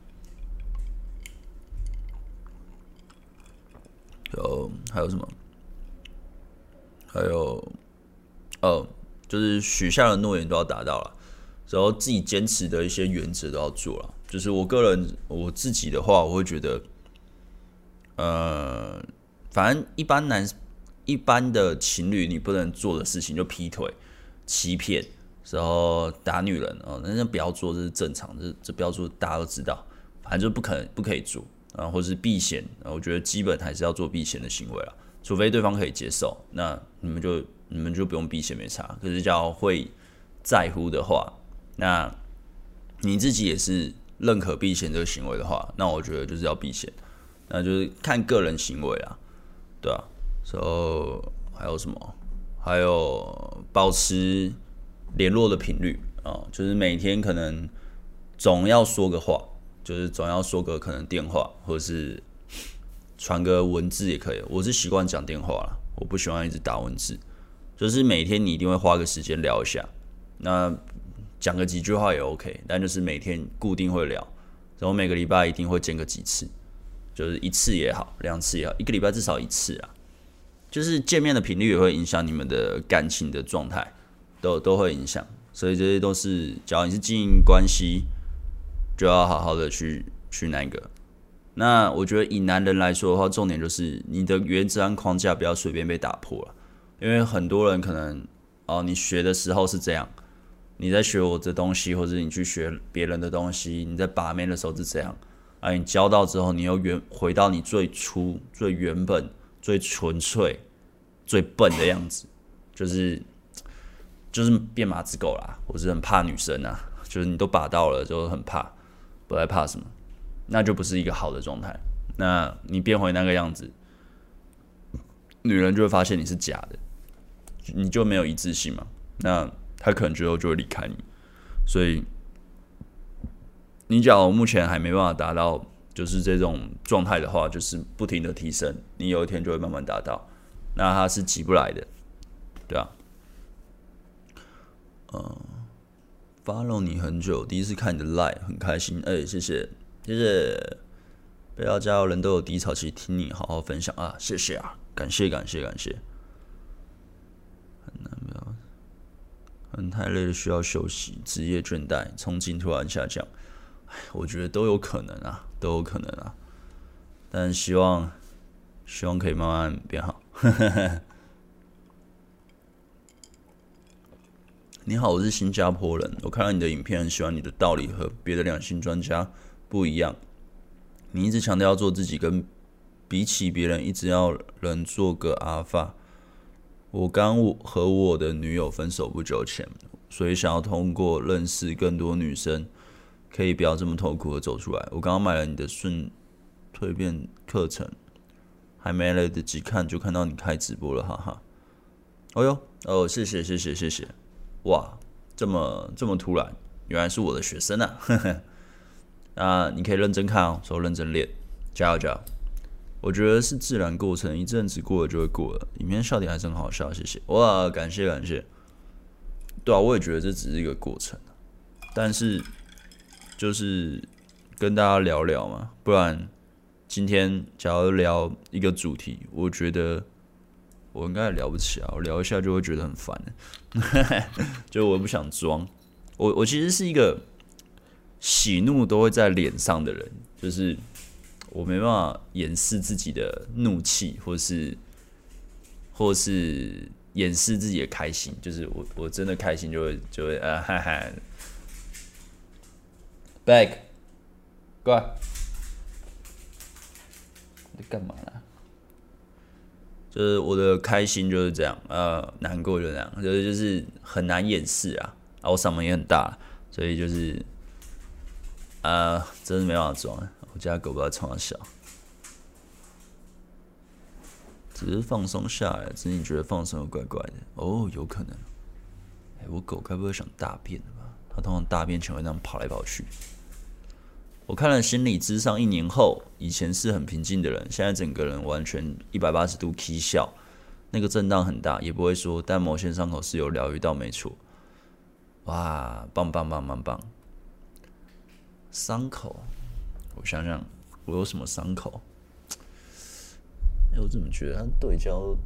还有什么？还有就是许下的诺言都要达到了，然后自己坚持的一些原则都要做了。就是我自己的话，我会觉得，反正一般的情侣你不能做的事情就劈腿、欺骗， 然后打女人哦，那不要做，这是正常，这不要做，大家都知道，反正就不可以做啊，或是避嫌，我觉得基本还是要做避嫌的行为啦，除非对方可以接受，那你们就不用避嫌没差。可是只要会在乎的话，那你自己也是认可避嫌这个行为的话，那我觉得就是要避嫌，那就是看个人行为啦，对啊。还有什么？还有保持联络的频率啊，就是每天可能总要说个话，就是总要说个可能电话，或者是传个文字也可以。我是习惯讲电话啦，我不喜欢一直打文字。就是每天你一定会花个时间聊一下，那讲个几句话也 OK， 但就是每天固定会聊，然后每个礼拜一定会见个几次，就是1次也好，2次也好，一个礼拜至少1次啊。就是见面的频率也会影响你们的感情的状态，都会影响，所以这些都是，假如你是经营关系，就要好好的去那个。那我觉得以男人来说的话，重点就是你的原则和框架不要随便被打破了，因为很多人可能你学的时候是这样，你在学我的东西，或者你去学别人的东西，你在把妹的时候是这样，你教到之后，你又回到你最初、最原本、最纯粹、最笨的样子，就是变马子狗啦。我是很怕女生啊，就是你都把到了就很怕，不知道在怕什么，那就不是一个好的状态。那你变回那个样子，女人就会发现你是假的，你就没有一致性嘛。那她可能最后就会离开你。所以你假如目前还没办法达到就是这种状态的话，就是不停的提升，你有一天就会慢慢达到。那它是急不来的，对啊。follow 你很久，第一次看你的 live 很开心，谢谢。不要加油，人都有低潮期，听你好好分享啊，谢谢啊，感谢。很太累了，需要休息，职业倦怠，冲劲突然下降，我觉得都有可能啊，但希望可以慢慢变好。你好，我是新加坡人，我看到你的影片，很喜欢你的道理和别的两性专家不一样。你一直强调要做自己，跟比起别人一直要人做个阿法。我刚和我的女友分手不久前，所以想要通过认识更多女生，可以不要这么痛苦的走出来。我刚刚买了你的蜕变课程，还没来得及看就看到你开直播了，哈哈。谢谢。哇，这么突然，原来是我的学生啊！呵呵，那你可以认真看哦，说认真练，加油！我觉得是自然过程，一阵子过了就会过了。影片笑点还是很好笑，谢谢。哇，感谢。对啊，我也觉得这只是一个过程，但是就是跟大家聊聊嘛，不然今天假如聊一个主题，我觉得我应该也聊不起啊，我聊一下就会觉得很烦，就我不想装。我其实是一个喜怒都会在脸上的人，就是我没办法掩饰自己的怒气，或是掩饰自己的开心，就是我真的开心就会哈哈 ，back， 过来，你干嘛啦？就是我的开心就是这样，难过就这样，就是很难掩饰啊。我嗓门也很大，所以就是真的没办法装。我家狗不知道冲啥笑，只是放松下来，只是你觉得放松又怪怪的哦，有可能。我狗该不会想大便了吧？它通常大便前会那样跑来跑去。我看了心理咨商1年后，以前是很平静的人，现在整个人完全180度起笑，那个震荡很大，也不会说，但某些伤口是有疗愈到，没错。哇，棒！伤口，我想想，我有什么伤口？我怎么觉得它对焦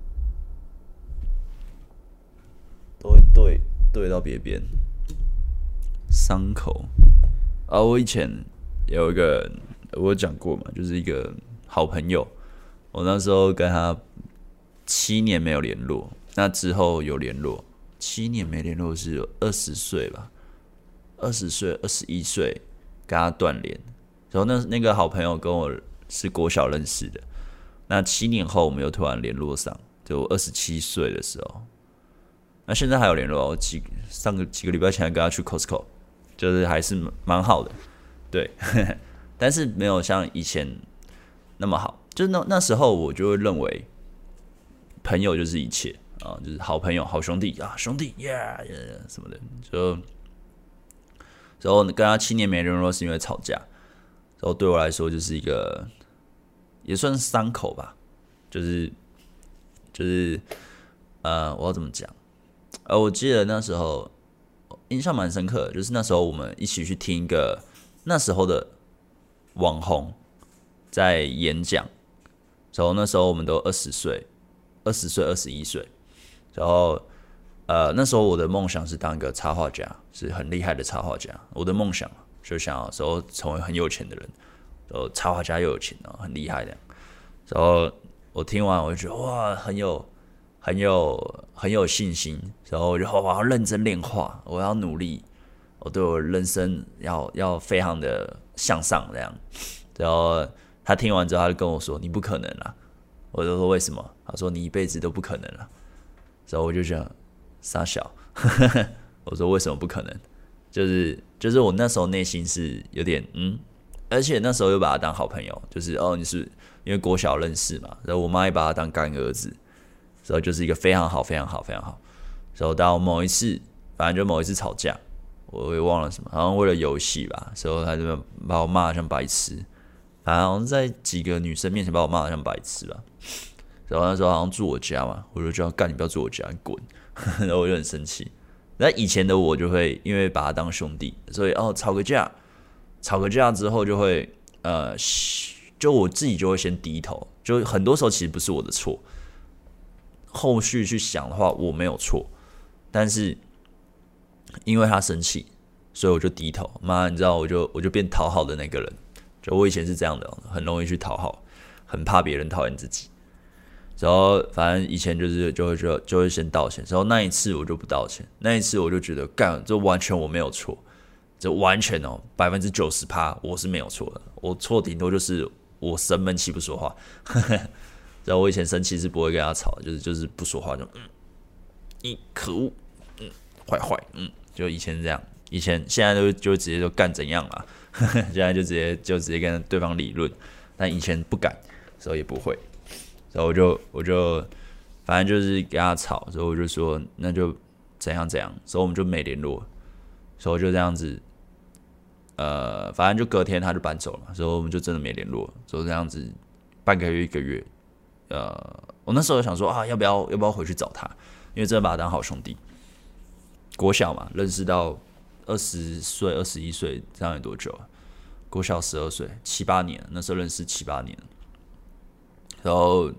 都会对到别边？伤口啊，我以前有一个，我有讲过嘛，就是一个好朋友，我那时候跟他7年没有联络，那之后有联络， 7年没联络是20岁吧，20岁、21岁跟他断联。然后那个好朋友跟我是国小认识的，那7年后我们又突然联络上，就我27岁的时候。那现在还有联络，我几个礼拜前还跟他去 Costco， 就是还是蛮好的，对，但是没有像以前那么好。就是那时候我就会认为朋友就是一切啊，就是好朋友、好兄弟啊，兄弟，yeah， 什么的，然后跟他7年没联络是因为吵架，然后对我来说就是一个也算是伤口吧，就是我要怎么讲？我记得那时候印象蛮深刻的，就是那时候我们一起去听一个那时候的网红在演讲，然后那时候我们都20岁、21岁，然后那时候我的梦想是当一个插画家，是很厉害的插画家。我的梦想就想要时候成为很有钱的人，然后插画家又有钱，很厉害的。然后我听完我就觉得哇，很有信心，然后我就我要认真练画，我要努力，我对我人生要非常的向上这样。然后他听完之后，他就跟我说：“你不可能啦。”我就说：“为什么？”他说：“你一辈子都不可能啦。”然后我就想傻小，我说：“为什么不可能？”就是我那时候内心是有点而且那时候又把他当好朋友，就是你是因为国小认识嘛，然后我妈也把他当干儿子。然后就是一个非常好。然后到某一次，反正就某一次吵架，我也忘了什么，好像为了游戏吧，所以他就把我骂得像白痴，反正好像在几个女生面前把我骂得像白痴吧。然后那时候好像住我家嘛，我就叫干你不要住我家，你滚！然后我就很生气。那以前的我就会因为把他当兄弟，所以吵个架之后就会就我自己就会先低头，就很多时候其实不是我的错。后续去想的话，我没有错，但是因为他生气，所以我就低头。妈，你知道，我就变讨好的那个人。就我以前是这样的，很容易去讨好，很怕别人讨厌自己。然后反正以前就会先道歉，然后那一次我就不道歉，那一次我就觉得干，这完全我没有错，这完全90%我是没有错的，我错顶多就是我生闷气不说话。然后我以前生气是不会跟他吵，就是不说话，就你可恶，坏，就以前这样，现在就直接就干怎样啦，现在就直接跟对方理论，但以前不敢，所以也不会，然后我就反正就是跟他吵，所以我就说那就怎样，所以我们就没联络，所以我就这样子，反正就隔天他就搬走了，所以我们就真的没联络，所以这样子半个月1个月。我那时候想说要不要回去找他，因为真的把他当好兄弟。国小嘛，认识到20岁、21岁，这样有多久啊？国小12岁，7、8年，那时候认识7、8年。然后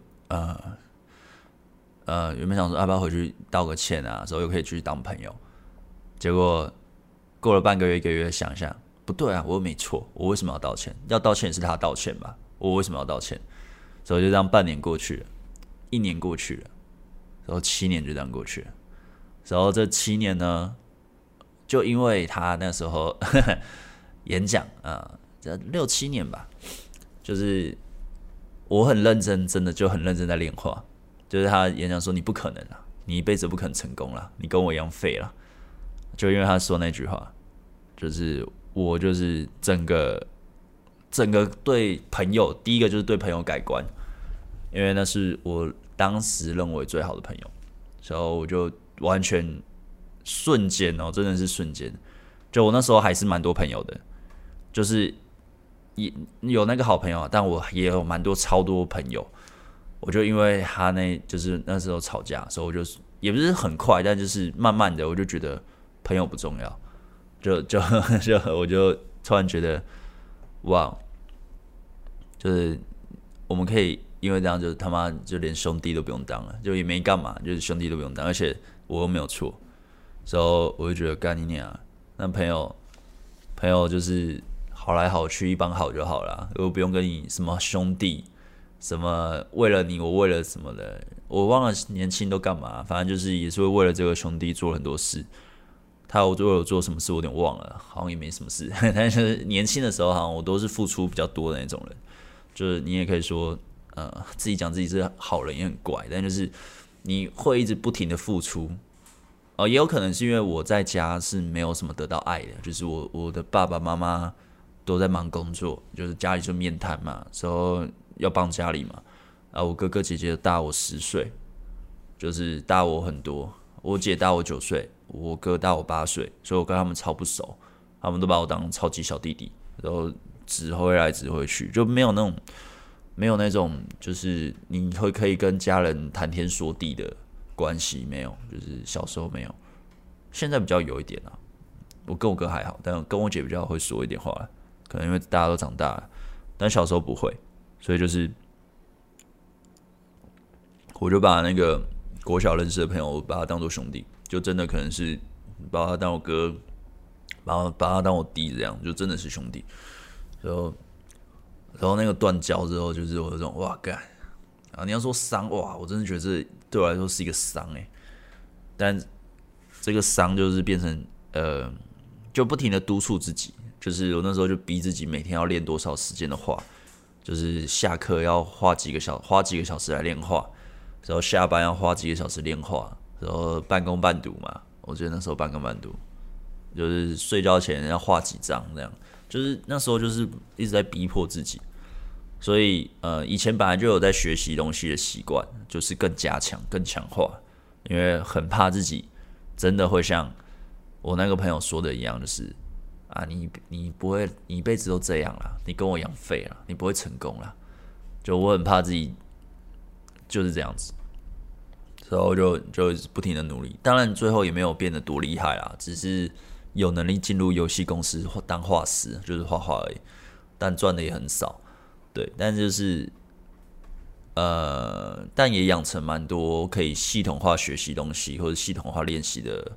原本想说要不要回去道个歉啊，之后又可以继续当朋友。结果过了半个月、1个月，想一想，不对啊，我又没错，我为什么要道歉？要道歉是他道歉吧，我为什么要道歉？所以就这样半年过去了，1年过去了，然后7年就这样过去了。然后这7年呢，就因为他那时候演讲这6、7年吧，就是我很认真，真的就很认真在练话。就是他演讲说你不可能啦，你一辈子不可能成功啦，你跟我一样废啦。就因为他说那句话，就是我就是整个对朋友，第一个就是对朋友改观，因为那是我当时认为最好的朋友，所以我就完全瞬间真的是瞬间，就我那时候还是蛮多朋友的，就是有那个好朋友，但我也有超多朋友，我就因为他就是那时候吵架，所以我就也不是很快，但就是慢慢的我就觉得朋友不重要，我就突然觉得。哇，就是我们可以因为这样就他妈就连兄弟都不用当了，就也没干嘛，就是兄弟都不用当，而且我又没有错，所以我就觉得干你娘，那朋友就是好来好去，一帮好就好了，我不用跟你什么兄弟， 什么为了你，我为了什么的，我忘了年轻都干嘛，反正就是也是会为了这个兄弟做了很多事。他为我做什么事，我有点忘了，好像也没什么事。但是年轻的时候，好像我都是付出比较多的那种人。就是你也可以说，自己讲自己是好人也很怪，但就是你会一直不停的付出。也有可能是因为我在家是没有什么得到爱的，就是我的爸爸妈妈都在忙工作，就是家里就面瘫嘛，之后要帮家里嘛。我哥哥姐姐大我10岁，就是大我很多。我姐大我9岁，我哥大我8岁，所以我跟他们超不熟，他们都把我当超级小弟弟，然后指挥来指挥去，就没有那种就是你会可以跟家人谈天说地的关系，没有，就是小时候没有，现在比较有一点啊。我跟我哥还好，但跟我姐比较会说一点话，可能因为大家都长大了，但小时候不会，所以就是我就把那个国小认识的朋友，我把他当做兄弟，就真的可能是把他当我哥，把他当我弟这样，就真的是兄弟。然后那个断交之后，就是我这种哇干啊！你要说伤哇，我真的觉得这对我来说是一个伤但这个伤就是变成就不停的督促自己，就是我那时候就逼自己每天要练多少时间的画，就是下课要花几个小时来练画。然后下班要花几个小时练画，然后半工半读嘛。我记得那时候半工半读，就是睡觉前要画几张这样。就是那时候就是一直在逼迫自己，所以以前本来就有在学习东西的习惯，就是更加强、更强化，因为很怕自己真的会像我那个朋友说的一样，就是你不会，你一辈子都这样啦，你跟我一样废啦，你不会成功啦。就我很怕自己就是这样子，然后就不停的努力，当然最后也没有变得多厉害啦，只是有能力进入游戏公司当画师，就是画画而已，但赚的也很少，对，但就是但也养成蛮多可以系统化学习东西或者系统化练习的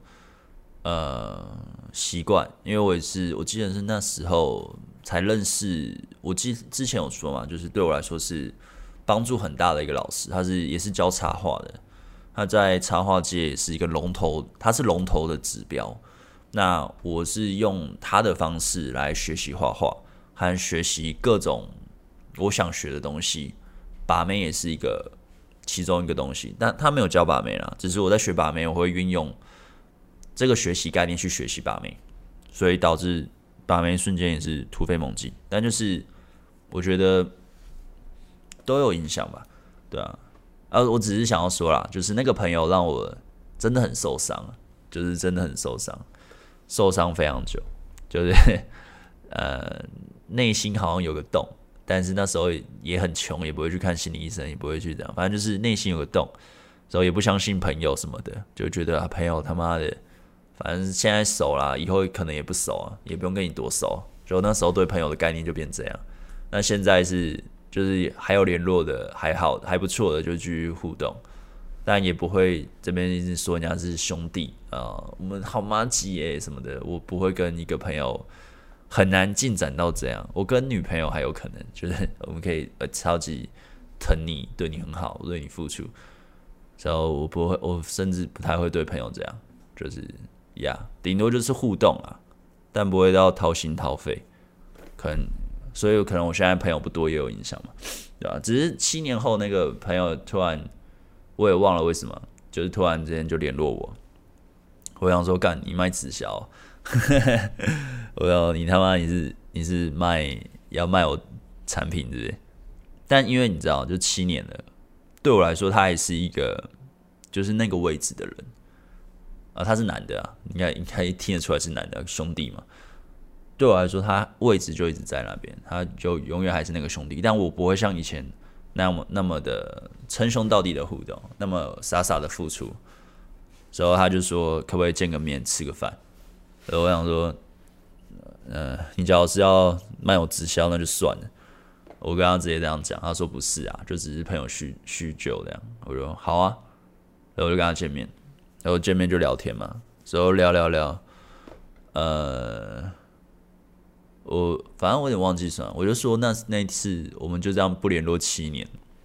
习惯，因为我记得是那时候才认识，之前有说嘛，就是对我来说是帮助很大的一个老师，他也是教插画的，他在插画界也是一个龙头，他是龙头的指标。那我是用他的方式来学习画画，和学习各种我想学的东西。把妹也是其中一个东西，但他没有教把妹啦，只是我在学把妹，我会运用这个学习概念去学习把妹，所以导致把妹瞬间也是突飞猛进。但就是我觉得都有影响吧，对啊。我只是想要说啦，就是那个朋友让我真的很受伤，就是真的很受伤非常久，就是内心好像有个洞，但是那时候也很穷，也不会去看心理医生，也不会去这样，反正就是内心有个洞，然后也不相信朋友什么的，就觉得朋友他妈的，反正现在熟啦，以后可能也不熟啊，也不用跟你多熟，就那时候对朋友的概念就变这样。那现在就是还有联络的，还好还不错的，就继续互动，但也不会这边一直说人家是兄弟我们好麻吉耶什么的，我不会跟一个朋友很难进展到这样。我跟女朋友还有可能，就是我们可以超级疼你，对你很好，对你付出，然后我不会，我甚至不太会对朋友这样，就是顶多就是互动啊，但不会到掏心掏肺，所以可能我现在朋友不多也有影响嘛，对吧？只是7年后那个朋友突然，我也忘了为什么，就是突然之间就联络我，我想说干你卖直销，我说你他妈你是要卖我产品对不对？但因为你知道，就7年了，对我来说他还是一个就是那个位置的人他是男的啊，应该听得出来是男的兄弟嘛。对我来说，他位置就一直在那边，他就永远还是那个兄弟。但我不会像以前那么的称兄道弟的互动，那么傻傻的付出。之后他就说，可不可以见个面吃个饭？然后我想说，你假如是要卖我直销，那就算了。我跟他直接这样讲，他说不是啊，就只是朋友叙旧这样。我说好啊，然后我就跟他见面，然后见面就聊天嘛，之后聊，反正我有点忘记什么，我就说那一次我们就这样不联络7年，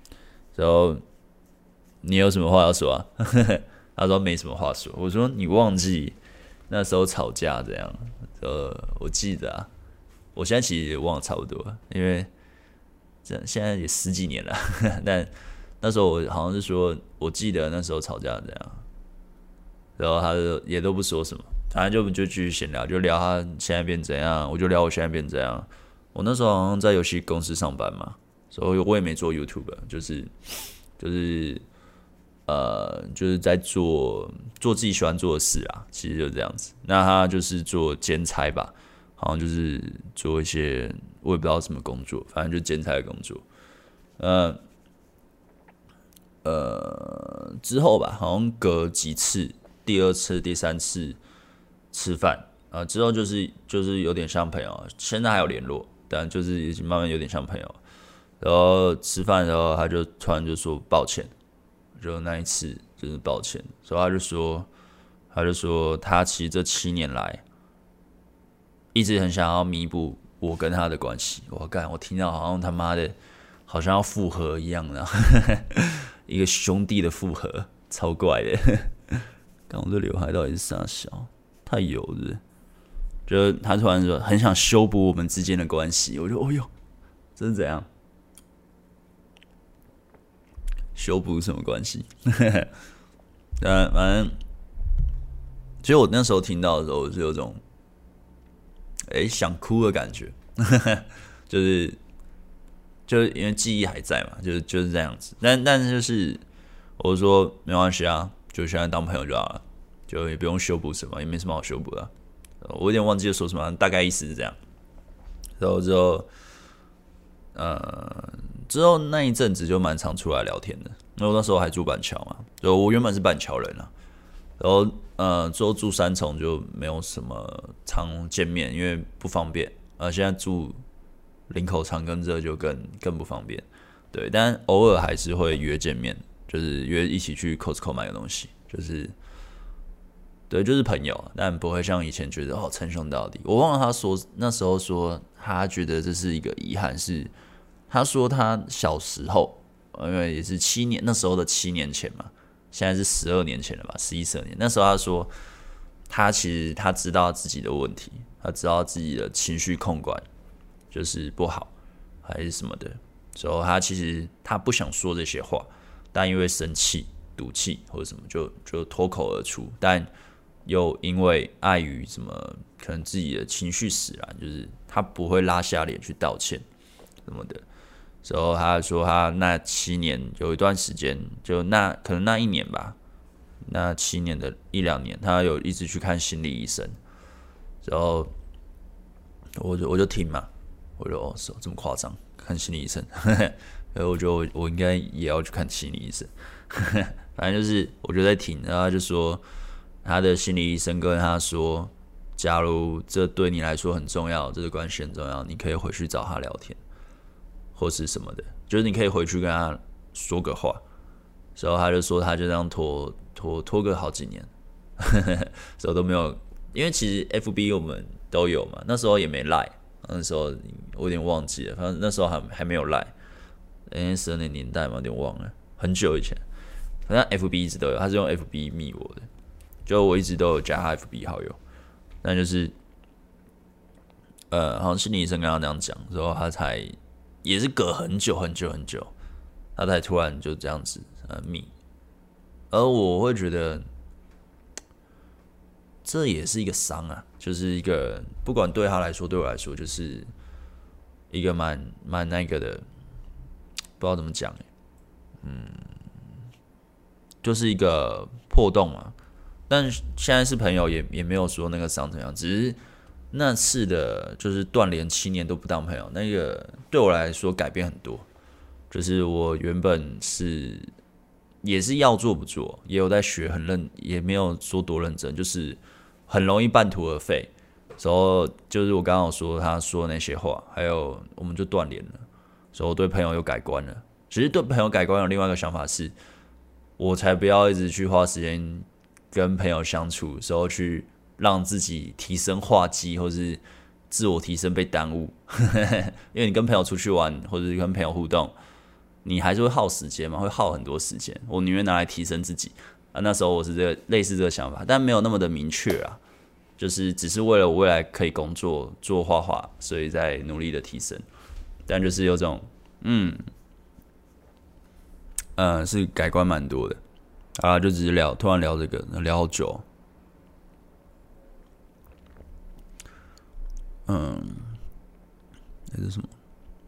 然后你有什么话要说啊？他说没什么话说。我说你忘记那时候吵架怎样？我记得啊，我现在其实也忘了差不多了，因为现在也十几年了。但那时候我好像是说，我记得那时候吵架怎样，然后他就也都不说什么，反正就继续闲聊，就聊他现在变怎样，我就聊我现在变怎样。我那时候好像在游戏公司上班嘛，所以我也没做 YouTube，就是在做自己喜欢做的事啊，其实就这样子。那他就是做兼差吧，好像就是做一些我也不知道什么工作，反正就兼差的工作。之后吧，好像隔几次，第二次、第三次吃饭之后就是有点像朋友，现在还有联络，但就是已经慢慢有点像朋友。然后吃饭的时候，他就突然就说抱歉，就那一次就是抱歉，所以他就说他其实这7年来一直很想要弥补我跟他的关系。我听到好像他妈的，好像要复合一样的，一个兄弟的复合，超怪的。看我这刘海到底是啥小，太油了。就是他突然说很想修补我们之间的关系，我就哦哟，这是怎样？修补什么关系？反正，其实我那时候听到的时候，我是有种想哭的感觉，就是因为记忆还在嘛，就是这样子。但是就是我说没关系啊，就现在当朋友就好了，就也不用修补什么，也没什么好修补的。我有点忘记了说什么，大概意思是这样。然后之后那一阵子就蛮常出来聊天的，因为我那时候还住板桥嘛，就我原本是板桥人啊。然后之后住三重就没有什么常见面，因为不方便。现在住林口长庚这就更不方便。对，但偶尔还是会约见面，就是约一起去 Costco 买个东西，就是对，就是朋友，但不会像以前觉得称兄道弟。我忘了那时候说他觉得这是一个遗憾，是他说他小时候，因为也是那时候的7年前嘛，现在是12年前了吧，11、12年。那时候他说其实他知道自己的问题，他知道自己的情绪控管就是不好还是什么的，所以他其实他不想说这些话，但因为生气、赌气或者什么就脱口而出，但又因为碍于什么，可能自己的情绪使然，就是他不会拉下脸去道歉什么的。所以他说他那7年有一段时间，就可能那1年吧，那7年的1、2年，他有一直去看心理医生。然后我就听嘛，我就这么夸张，看心理医生，然后我觉得我应该也要去看心理医生。反正就是我就在听，然后他就说他的心理医生跟他说，假如这对你来说很重要，这个关系很重要，你可以回去找他聊天。或是什么的，就是你可以回去跟他说个话，然后他就说他就这样拖个好几年，所以都没有，因为其实 FB 我们都有嘛，那时候也没赖，那时候我有点忘记了，反正那时候还没有赖，12年年代嘛，有点忘了，很久以前，反正 FB 一直都有，他是用 FB 密我的，就我一直都有加他 FB 好友，但就是好像心理医生跟他这样讲之后，他才。也是隔很久，他才突然就这样子密，而我会觉得这也是一个伤啊，就是一个不管对他来说，对我来说，就是一个蛮那个的，不知道怎么讲就是一个破洞嘛。但现在是朋友也没有说那个伤怎样，只是。那次的就是断联7年都不当朋友，那个对我来说改变很多。就是我原本也是要做不做，也有在学，也没有说多认真，就是很容易半途而废。然后就是我刚刚说他说的那些话，还有我们就断联了，所以我对朋友又改观了。其实对朋友改观有另外一个想法是，我才不要一直去花时间跟朋友相处的时候去。让自己提升画技，或是自我提升被耽误，因为你跟朋友出去玩，或者是跟朋友互动， 你还是会耗时间嘛，会耗很多时间。我宁愿拿来提升自己啊。那时候我是类似这个想法，但没有那么的明确啊，就是只是为了我未来可以工作做画画，所以在努力的提升。但就是有种是改观蛮多的啊，就只是突然聊这个，聊好久。那是什么？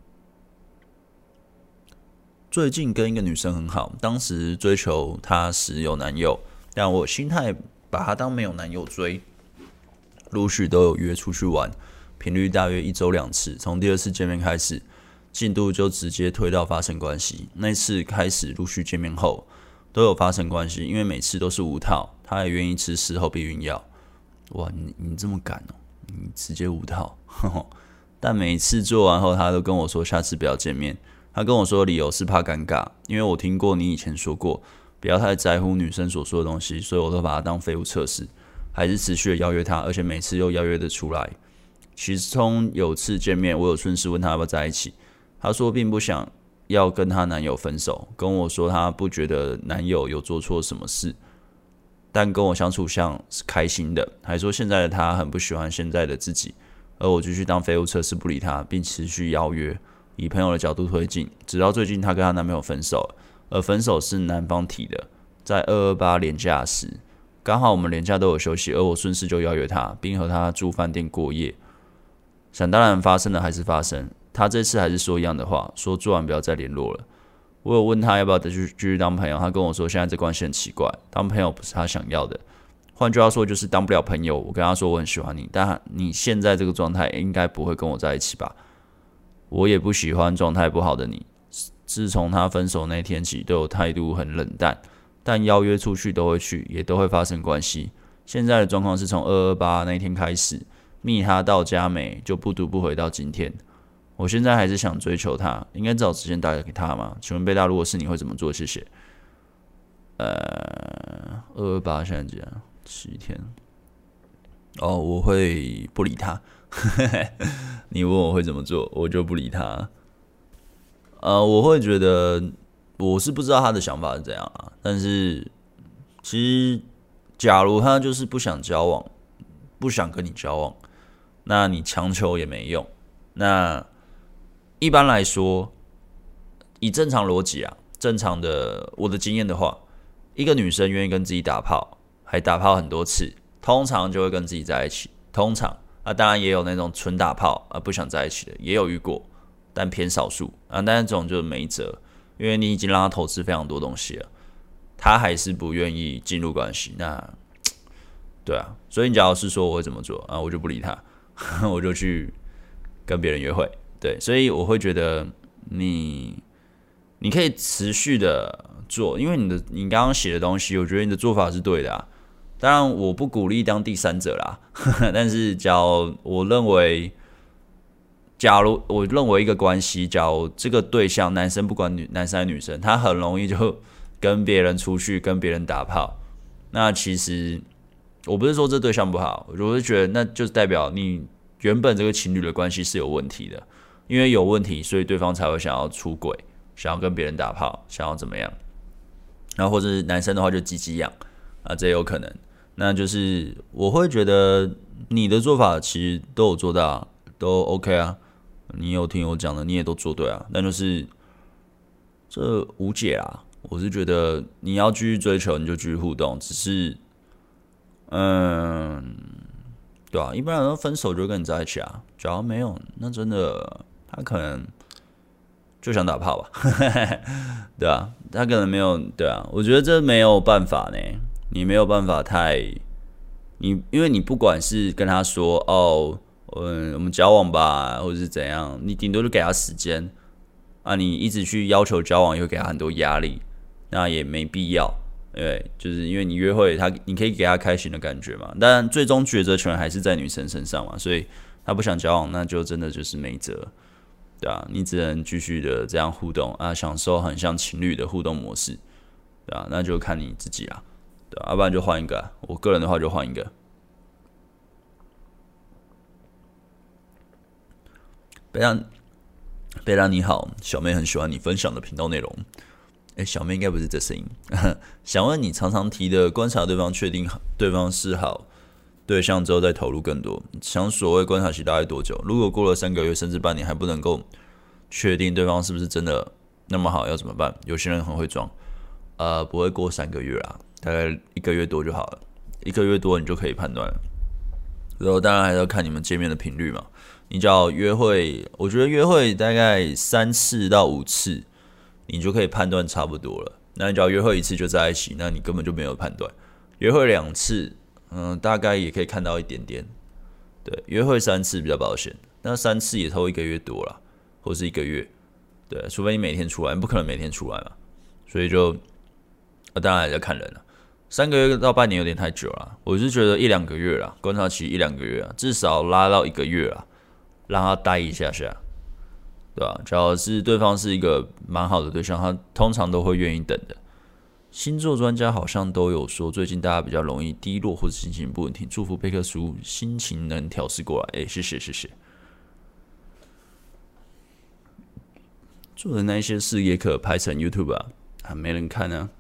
最近跟一个女生很好，当时追求她时有男友，但我心态把她当没有男友追，陆续都有约出去玩，频率大约1周2次。从第2次见面开始，进度就直接推到发生关系。那次开始陆续见面后，都有发生关系，因为每次都是无套，她也愿意吃事后避孕药。哇，你这么敢哦？你直接无套，但每一次做完后，她都跟我说下次不要见面。他跟我说的理由是怕尴尬，因为我听过你以前说过，不要太在乎女生所说的东西，所以我都把它当废物测试，还是持续的邀约他，而且每次又邀约的出来。其中有次见面，我有顺势问他要不要在一起，他说并不想要跟他男友分手，跟我说他不觉得男友有做错什么事，但跟我相处像是开心的，还说现在的他很不喜欢现在的自己，而我继续当废物测试不理他，并持续邀约。以朋友的角度推进，直到最近她跟她男朋友分手了，而分手是男方提的，在228连假时，刚好我们连假都有休息，而我顺势就邀约她，并和她住饭店过夜。想当然发生的还是发生，她这次还是说一样的话，说做完不要再联络了。我有问她要不要继续当朋友，她跟我说现在这关系很奇怪，当朋友不是她想要的。换句话说，就是当不了朋友。我跟她说我很喜欢你，但你现在这个状态应该不会跟我在一起吧？我也不喜欢状态不好的你。自从他分手那天起，对我态度很冷淡，但邀约出去都会去，也都会发生关系。现在的状况是从228那天开始，密他到家没，就不读不回到今天。我现在还是想追求他，应该找时间打给他吗？请问贝大，如果是你会怎么做？谢谢。228现在几啊？7天。我会不理他。你问我会怎么做，我就不理他。我会觉得我是不知道他的想法是怎样啊，但是其实假如他就是不想交往，不想跟你交往，那你强求也没用。那一般来说，以正常逻辑啊，正常的我的经验的话，一个女生愿意跟自己打炮，还打炮很多次，通常就会跟自己在一起。通常当然也有那种纯打炮不想在一起的，也有遇过，但偏少数但那种就没辙，因为你已经让他投资非常多东西了，他还是不愿意进入关系。那对啊，所以你假如是说我会怎么做我就不理他，我就去跟别人约会。对，所以我会觉得你可以持续的做，因为你刚刚写的东西，我觉得你的做法是对的啊。当然，我不鼓励当第三者啦，但是假如我认为一个关系，假如这个对象男生不管男生还是女生，他很容易就跟别人出去跟别人打炮，那其实我不是说这对象不好，我是觉得那就是代表你原本这个情侣的关系是有问题的，因为有问题，所以对方才会想要出轨，想要跟别人打炮，想要怎么样，然后或者是男生的话就鸡鸡痒这也有可能。那就是我会觉得你的做法其实都有做到都 OK 啊，你有听我讲的，你也都做对啊。但就是这无解啦，我是觉得你要继续追求，你就继续互动，只是对啊，一般人都分手就跟你在一起啊。假如没有，那真的他可能就想打炮吧，对啊，他可能没有，对啊，我觉得这没有办法呢。你没有办法因为你不管是跟他说我们交往吧，或者是怎样，你顶多就给他时间你一直去要求交往，也会给他很多压力，那也没必要。对，就是因为你约会你可以给他开心的感觉嘛，但最终抉择权还是在女生身上嘛，所以他不想交往，那就真的就是没辙，对啊，你只能继续的这样互动享受很像情侣的互动模式，对啊，那就看你自己啦。对，要不然就换一个我个人的话就换一个。 贝拉你好，小妹很喜欢你分享的频道内容。小妹应该不是这声音。想问你常常提的观察对方，确定对方是好对象之后再投入更多，想所谓观察期大概多久？如果过了3个月甚至半年还不能够确定对方是不是真的那么好，要怎么办？有些人很会装，不会过3个月啦，大概1个月多就好了。1个月多你就可以判断了。然后当然还是要看你们见面的频率嘛。你只要约会，我觉得约会大概3次到5次，你就可以判断差不多了。那你只要约会1次就在一起，那你根本就没有判断。约会2次，大概也可以看到一点点。对，约会3次比较保险，那3次也偷1个月多啦，或是1个月。对，除非你每天出来，你不可能每天出来嘛，所以就，当然还是要看人了。3个月到半年有点太久了，我是觉得1-2个月啦，观察期1-2个月啊，至少拉到1个月啦，让他待一下下，对吧？假如是对方是一个蛮好的对象，他通常都会愿意等的。星座专家好像都有说，最近大家比较容易低落或者心情不稳定，祝福贝克叔心情能调试过来。谢谢。做的那些事也可拍成 YouTube 啊，没人看啊。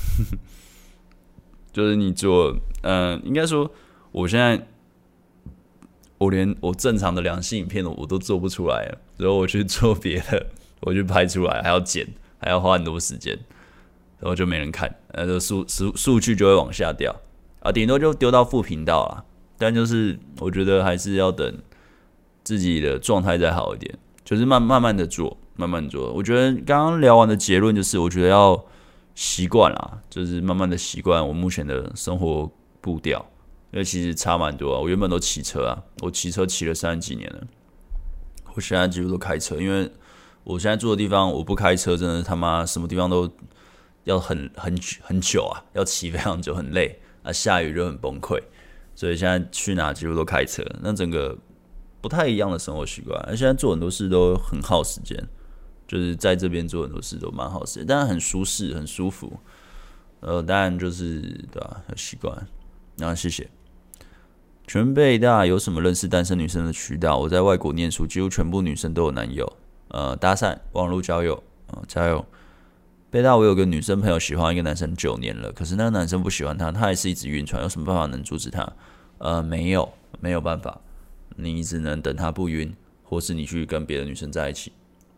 就是你做，应该说，我现在我连我正常的良性影片我都做不出来了，然后我去做别的，我去拍出来还要剪，还要花很多时间，然后就没人看，数据就会往下掉啊，顶多就丢到副频道啦。但就是我觉得还是要等自己的状态再好一点，就是慢慢的做，慢慢做。我觉得刚刚聊完的结论就是，我觉得要习惯啦，就是慢慢的习惯我目前的生活步调，因为其实差蛮多啊。我原本都骑车啊，我骑车骑了30几年了，我现在几乎都开车，因为我现在住的地方，我不开车真的他妈什么地方都要很久啊，要骑非常久，很累啊，下雨就很崩溃，所以现在去哪几乎都开车，那整个不太一样的生活习惯，而现在做很多事都很耗时间。就是在这边做很多事都蛮好事，但是很舒适，很舒服。当然就是对吧？要习惯。然后谢谢。全北大有什么认识单身女生的渠道？我在外国念书，几乎全部女生都有男友。搭讪、网络交友，加油。北大我有个女生朋友喜欢一个男生9年了，可是那个男生不喜欢她，她还是一直晕船，有什么办法能阻止她？没有办法，你只能等她不晕，或是你去跟别的女生在一起。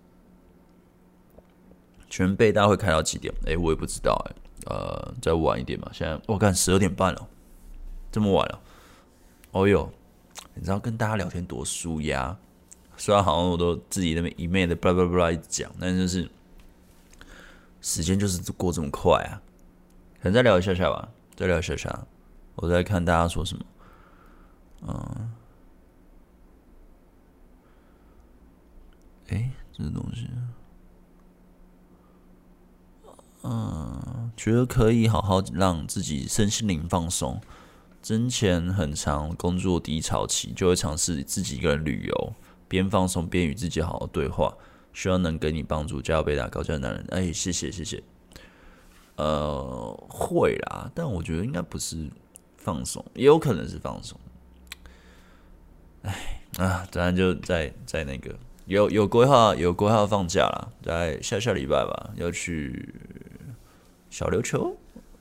全北大会开到几点？我也不知道再晚一点嘛。现在我看12点半了，这么晚了。哦哟，你知道跟大家聊天多舒压，虽然好像我都自己那边一昧的blah blah blah一直讲，但就是时间就是过这么快啊。可能再聊一下下吧，再聊一下下，我再看大家说什么。这东西。觉得可以好好让自己身心灵放松。之前很长工作低潮期，就会尝试自己一个人旅游，边放松边与自己好好对话。希望能给你帮助，加油贝达高价男人。谢谢。会啦，但我觉得应该不是放松，也有可能是放松。当然就在那个有规划放假啦，在下礼拜吧，要去小琉球，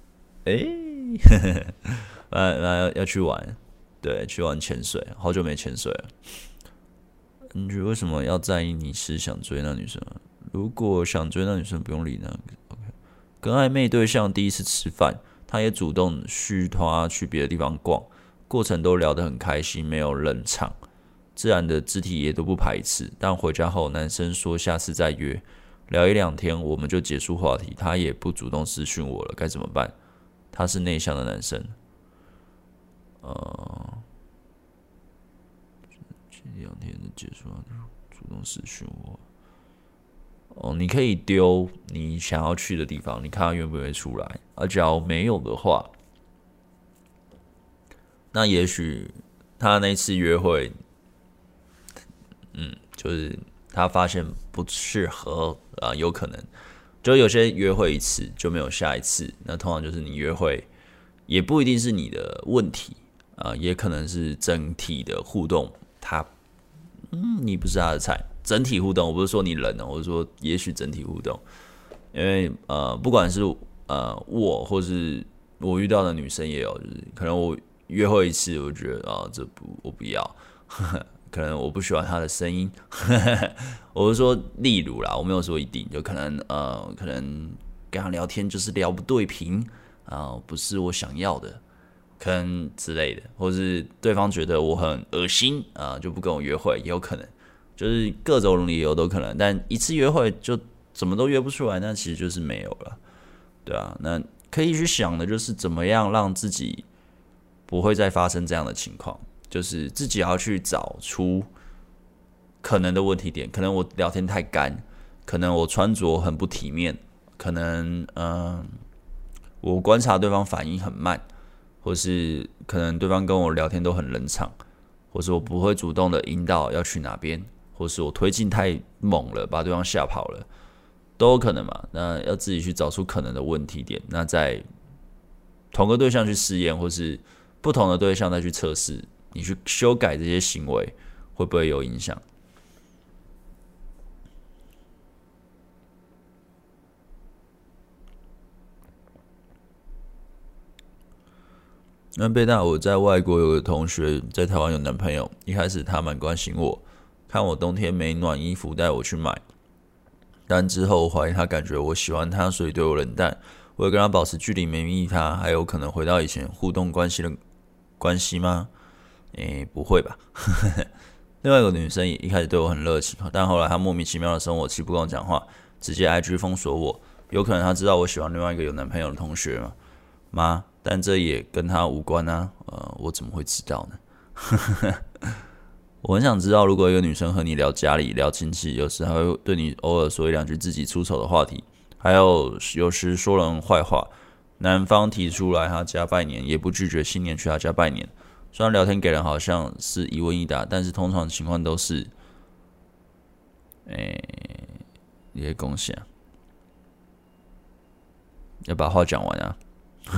要去玩，对，去玩潜水，好久没潜水了。你觉得为什么要在意你是想追那女生？如果想追那女生，不用理那个。OK， 跟暧昧对象第一次吃饭，他也主动续他去别的地方逛，过程都聊得很开心，没有冷场，自然的肢体也都不排斥。但回家后，男生说下次再约，聊1-2天我们就结束话题，他也不主动私讯我了，该怎么办？他是内向的男生。2天就结束了，主动私讯我。你可以丢你想要去的地方，你看他愿不愿意出来。假如没有的话，那也许他那次约会，就是他发现不适合有可能，就有些约会一次就没有下一次。那通常就是你约会，也不一定是你的问题也可能是整体的互动，你不是他的菜， 整体互动，我不是说你人哦，我是说也许整体互动，因为不管是我或是我遇到的女生也有，就是可能我约会一次，我觉得我不要，可能我不喜欢她的声音，我是说例如啦，我没有说一定，就可能跟她聊天就是聊不对频不是我想要的。可能之类的，或是对方觉得我很恶心就不跟我约会，也有可能，就是各种理由都可能。但一次约会就怎么都约不出来，那其实就是没有了，对啊。那可以去想的就是怎么样让自己不会再发生这样的情况，就是自己要去找出可能的问题点。可能我聊天太干，可能我穿着很不体面，可能我观察对方反应很慢。或是可能对方跟我聊天都很冷场，或是我不会主动的引导要去哪边，或是我推进太猛了，把对方吓跑了，都有可能嘛。那要自己去找出可能的问题点，那在同个对象去试验，或是不同的对象再去测试，你去修改这些行为，会不会有影响？那贝大，我在外国有个同学在台湾有男朋友，一开始他蛮关心我，看我冬天没暖衣服带我去买，但之后我怀疑他感觉我喜欢他，所以对我冷淡。我有跟他保持距离，没密他，还有可能回到以前互动关系吗？不会吧。另外一个女生也一开始对我很热情，但后来她莫名其妙的生我气，不跟我讲话，直接 IG 封锁我。有可能她知道我喜欢另外一个有男朋友的同学吗？但这也跟他无关啊，我怎么会知道呢？我很想知道，如果一个女生和你聊家里、聊亲戚，有时还会对你偶尔说一两句自己出丑的话题，还有时说人坏话，男方提出来他家拜年，也不拒绝新年去他家拜年。虽然聊天给人好像是一问一答，但是通常情况都是，一些贡献，要把话讲完啊。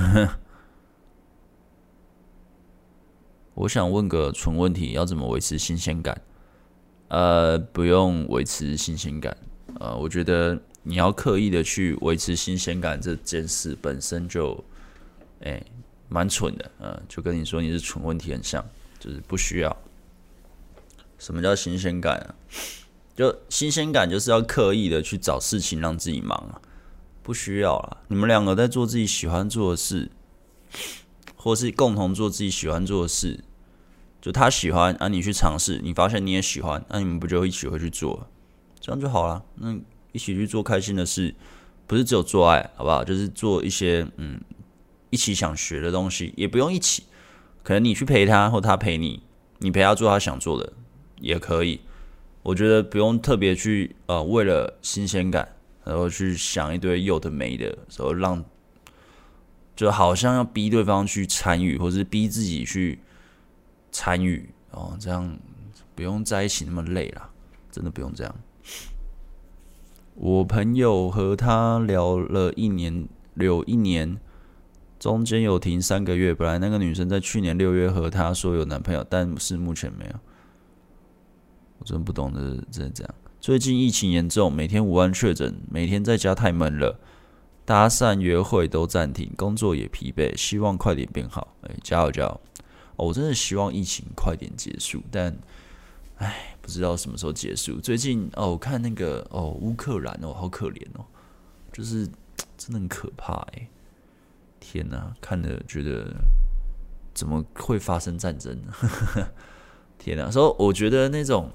我想问个纯问题，要怎么维持新鲜感？不用维持新鲜感。我觉得你要刻意的去维持新鲜感这件事本身就，蛮蠢的。就跟你说你是蠢问题很像，就是不需要。什么叫新鲜感啊？就新鲜感就是要刻意的去找事情让自己忙啊，不需要啦。你们两个在做自己喜欢做的事，或是共同做自己喜欢做的事。就他喜欢你去尝试，你发现你也喜欢，你们不就一起会去做，这样就好了。那一起去做开心的事，不是只有做爱，好不好？就是做一些一起想学的东西，也不用一起，可能你去陪他，或他陪你，你陪他做他想做的也可以。我觉得不用特别去为了新鲜感，然后去想一堆有的没的，然后就好像要逼对方去参与，或是逼自己去参与这样不用在一起那么累啦，真的不用这样。我朋友和他聊了一年，中间有停3个月。本来那个女生在去年6月和他说有男朋友，但是目前没有。我真的不懂这真的这样。最近疫情严重，每天5万确诊，每天在家太闷了，搭讪约会都暂停，工作也疲惫，希望快点变好。加油加油！我真的希望疫情快点结束，但不知道什么时候结束。最近我看那个乌克兰好可怜就是真的很可怕天哪，看了觉得怎么会发生战争呢？天哪！所以我觉得那种，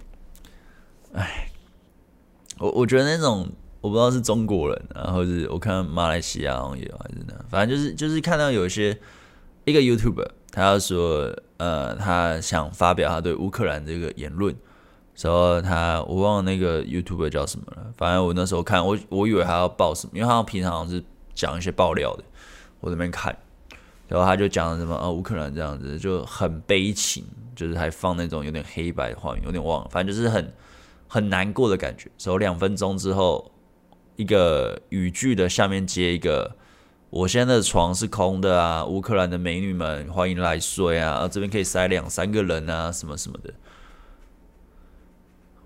我觉得那种我不知道是中国人或者我看马来西亚好像也有还是那，反正就是看到有一个 YouTuber。他说，他想发表他对乌克兰这个言论，然后我忘了那个 YouTuber 叫什么了。反正我那时候看，我以为他要报什么，因为他平常是讲一些爆料的，我这边看，然后他就讲什么乌克兰这样子就很悲情，就是还放那种有点黑白的画面，有点忘了，反正就是很难过的感觉。然后2分钟之后，一个语句的下面接一个。我现在的床是空的啊，乌克兰的美女们欢迎来睡啊，这边可以塞2-3个人啊，什么什么的。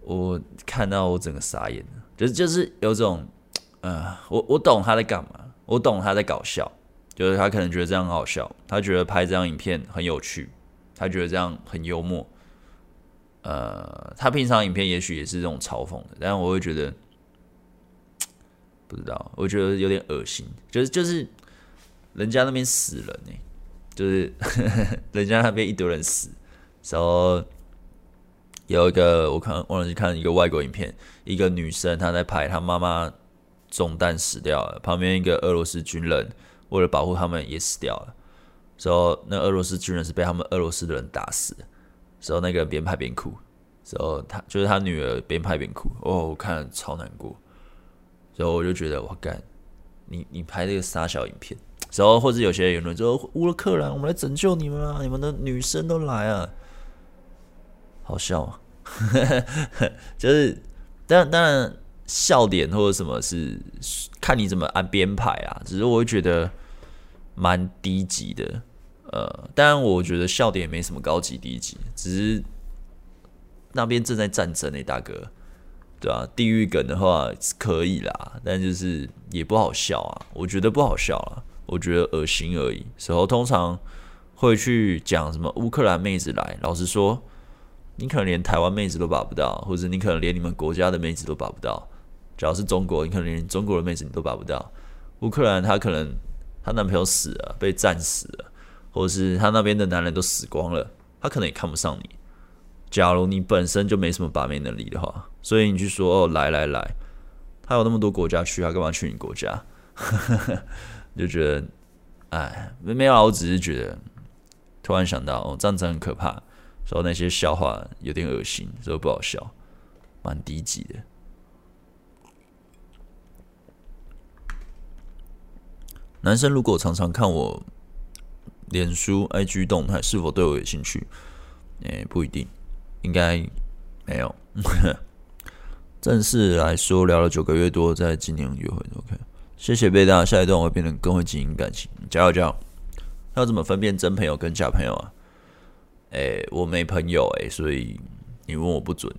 我看到我整个傻眼了，就是有种，我懂他在干嘛，我懂他在搞笑，就是他可能觉得这样很好笑，他觉得拍这张影片很有趣，他觉得这样很幽默，他平常影片也许也是这种嘲讽的，但我会觉得不知道，我觉得有点恶心，就是人家那边死人呢、就是人家那边一堆人死，然后有一个我忘了去看一个外国影片，一个女生她在拍她妈妈中弹死掉了，旁边一个俄罗斯军人为了保护他们也死掉了，然后那俄罗斯军人是被他们俄罗斯的人打死的，然后那个人边拍边哭，然后他女儿边拍边哭，我看了超难过，然后我就觉得哇干，你拍这个傻小影片，然后或者有些言论说乌克兰我们来拯救你们啊，你们的女生都来啊，好笑啊，就是当然笑点或者什么是看你怎么按编排啊，只是我会觉得蛮低级的，当然我觉得笑点也没什么高级低级，只是那边正在战争大哥，对啊，地狱梗的话是可以啦，但就是也不好笑啊，我觉得不好笑啊，我觉得恶心而已。时候通常会去讲什么乌克兰妹子来，老实说，你可能连台湾妹子都把不到，或者你可能连你们国家的妹子都把不到。只要是中国，你可能连中国的妹子你都把不到。乌克兰她可能她男朋友死了，被战死了，或者是她那边的男人都死光了，她可能也看不上你。假如你本身就没什么把妹能力的话，所以你去说哦来，他有那么多国家去，他干嘛去你国家？就觉得，哎，没有啦，我只是觉得，突然想到，这样子很可怕，说那些笑话有点恶心，所以不好笑，蛮低级的。男生如果常常看我脸书、IG 动态，是否对我有兴趣？不一定。应该没有。正式来说，聊了9个月多，在今年约会 OK。谢谢贝大，下一段我会变得更会经营感情，加油加油！要怎么分辨真朋友跟假朋友啊？我没朋友所以你问我不准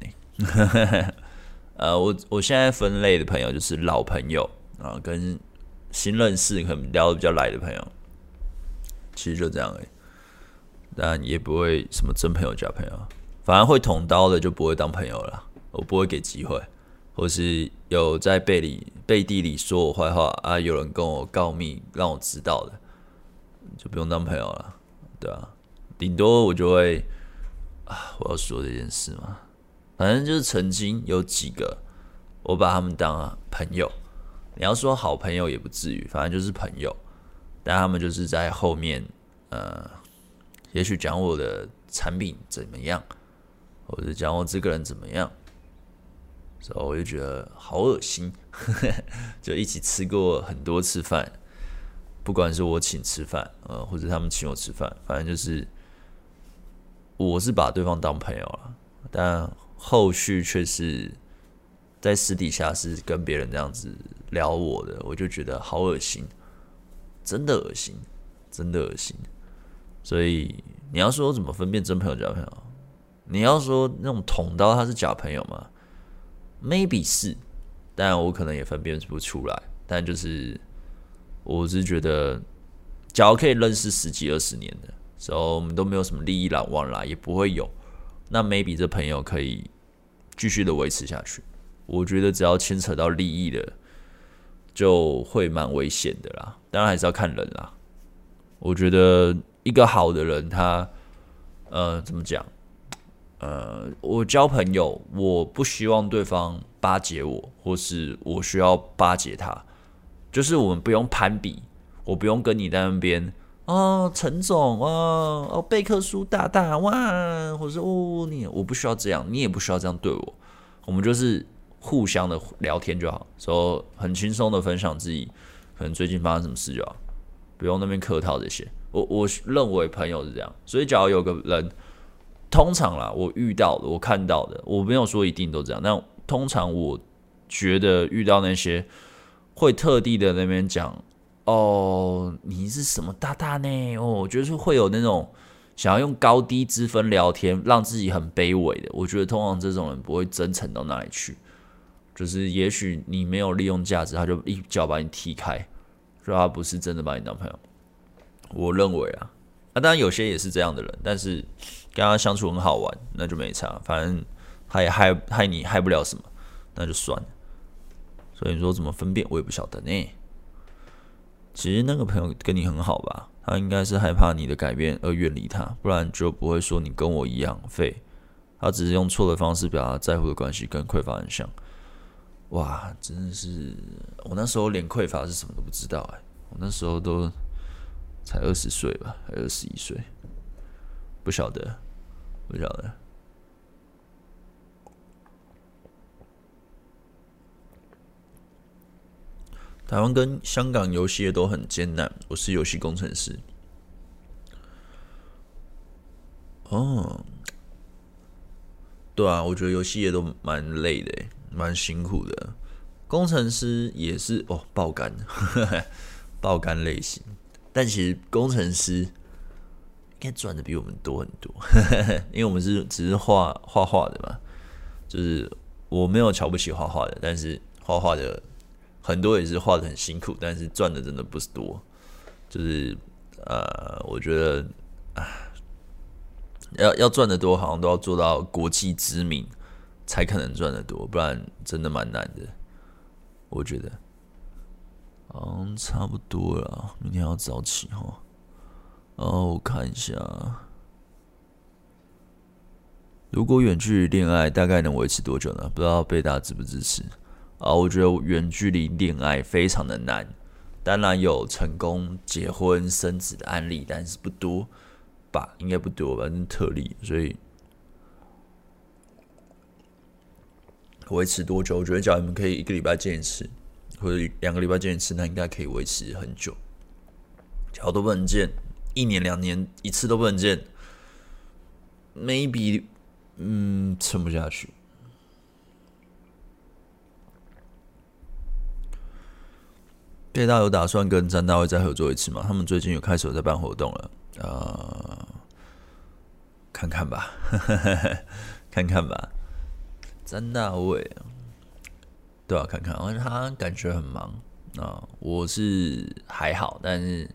我现在分类的朋友就是老朋友啊，跟新认识可能聊得比较来的朋友，其实就这样但也不会什么真朋友假朋友。反而会捅刀的就不会当朋友了，我不会给机会，或是有在背地里说我坏话啊，有人跟我告密让我知道的，就不用当朋友了，对啊，顶多我就会我要说这件事嘛，反正就是曾经有几个我把他们当朋友，你要说好朋友也不至于，反正就是朋友，但他们就是在后面也许讲我的产品怎么样。或者讲我这个人怎么样，所以我就觉得好恶心，就一起吃过很多次饭，不管是我请吃饭，或者他们请我吃饭，反正就是我是把对方当朋友了，但后续却是在私底下是跟别人这样子聊我的，我就觉得好恶心，真的恶心，真的恶心。所以你要说怎么分辨真朋友假朋友？你要说那种捅刀他是假朋友吗 ？Maybe 是，但我可能也分辨不出来。但就是我是觉得，假如可以认识10几20年的，时候我们都没有什么利益往来，也不会有，那 maybe 这朋友可以继续的维持下去。我觉得只要牵扯到利益的，就会蛮危险的啦。当然还是要看人啦。我觉得一个好的人他，怎么讲？我交朋友，我不希望对方巴结我，或是我需要巴结他，就是我们不用攀比，我不用跟你在那边陈总贝克书大大哇，或是我不需要这样，你也不需要这样对我，我们就是互相的聊天就好，所以很轻松的分享自己可能最近发生什么事就好，不用那边客套这些。我认为朋友是这样，所以假如有个人。通常啦，我遇到的，我看到的，我没有说一定都这样，但通常我觉得遇到那些会特地的那边讲，你是什么大大呢？我觉得是会有那种想要用高低之分聊天，让自己很卑微的，我觉得通常这种人不会真诚到哪里去。就是也许你没有利用价值，他就一脚把你踢开，所以他不是真的把你当朋友。我认为啊，当然有些也是这样的人，但是跟他相处很好玩，那就没差，反正他也害你害不了什么，那就算了。所以你说怎么分辨，我也不晓得呢。其实那个朋友跟你很好吧，他应该是害怕你的改变而远离他，不然就不会说你跟我一样废。他只是用错的方式表达在乎的关系，跟匮乏很像。哇，真的是，我那时候连匮乏是什么都不知道我那时候都才20岁吧，还21岁，不晓得。台湾跟香港游戏业都很艰难，我是游戏工程师。哦，对啊，我觉得游戏业都蛮累的，蛮辛苦的。工程师也是爆肝，爆肝类型。但其实工程师应该赚的比我们多很多，因为我们只是画画的嘛。就是我没有瞧不起画画的，但是画画的很多也是画的很辛苦，但是赚的真的不是多。就是我觉得要赚得多，好像都要做到国际知名才可能赚得多，不然真的蛮难的。我觉得，差不多了，明天要早起哈。我看一下，如果远距离恋爱大概能维持多久呢？不知道贝大支不支持？我觉得远距离恋爱非常的难，当然有成功结婚生子的案例，但是不多吧，应该不多吧，是特例，所以维持多久？我觉得假如你们可以1个礼拜见一次，或者2个礼拜见一次，那应该可以维持很久。假如都不能见，1年2年1次都不能见 ，maybe 撑不下去。贝大有打算跟詹大卫再合作一次吗？他们最近有开始有在办活动了，看看吧，看看吧。詹大卫，对啊，看看，而且他感觉很忙我是还好，但是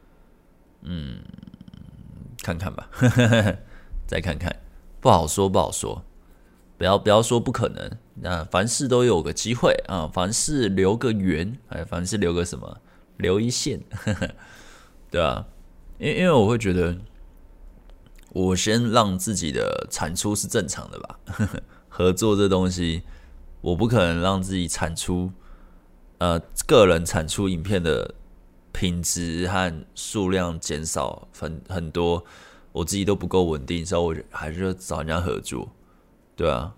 看看吧，再看看，不好说，不要说不可能。那凡事都有个机会凡事留个圆，凡事留个什么，留一线，对啊，因为我会觉得，我先让自己的产出是正常的吧。合作这东西，我不可能让自己产出，个人产出影片的品质和数量减少很多，我自己都不够稳定，所以我还是找人家合作，对啊。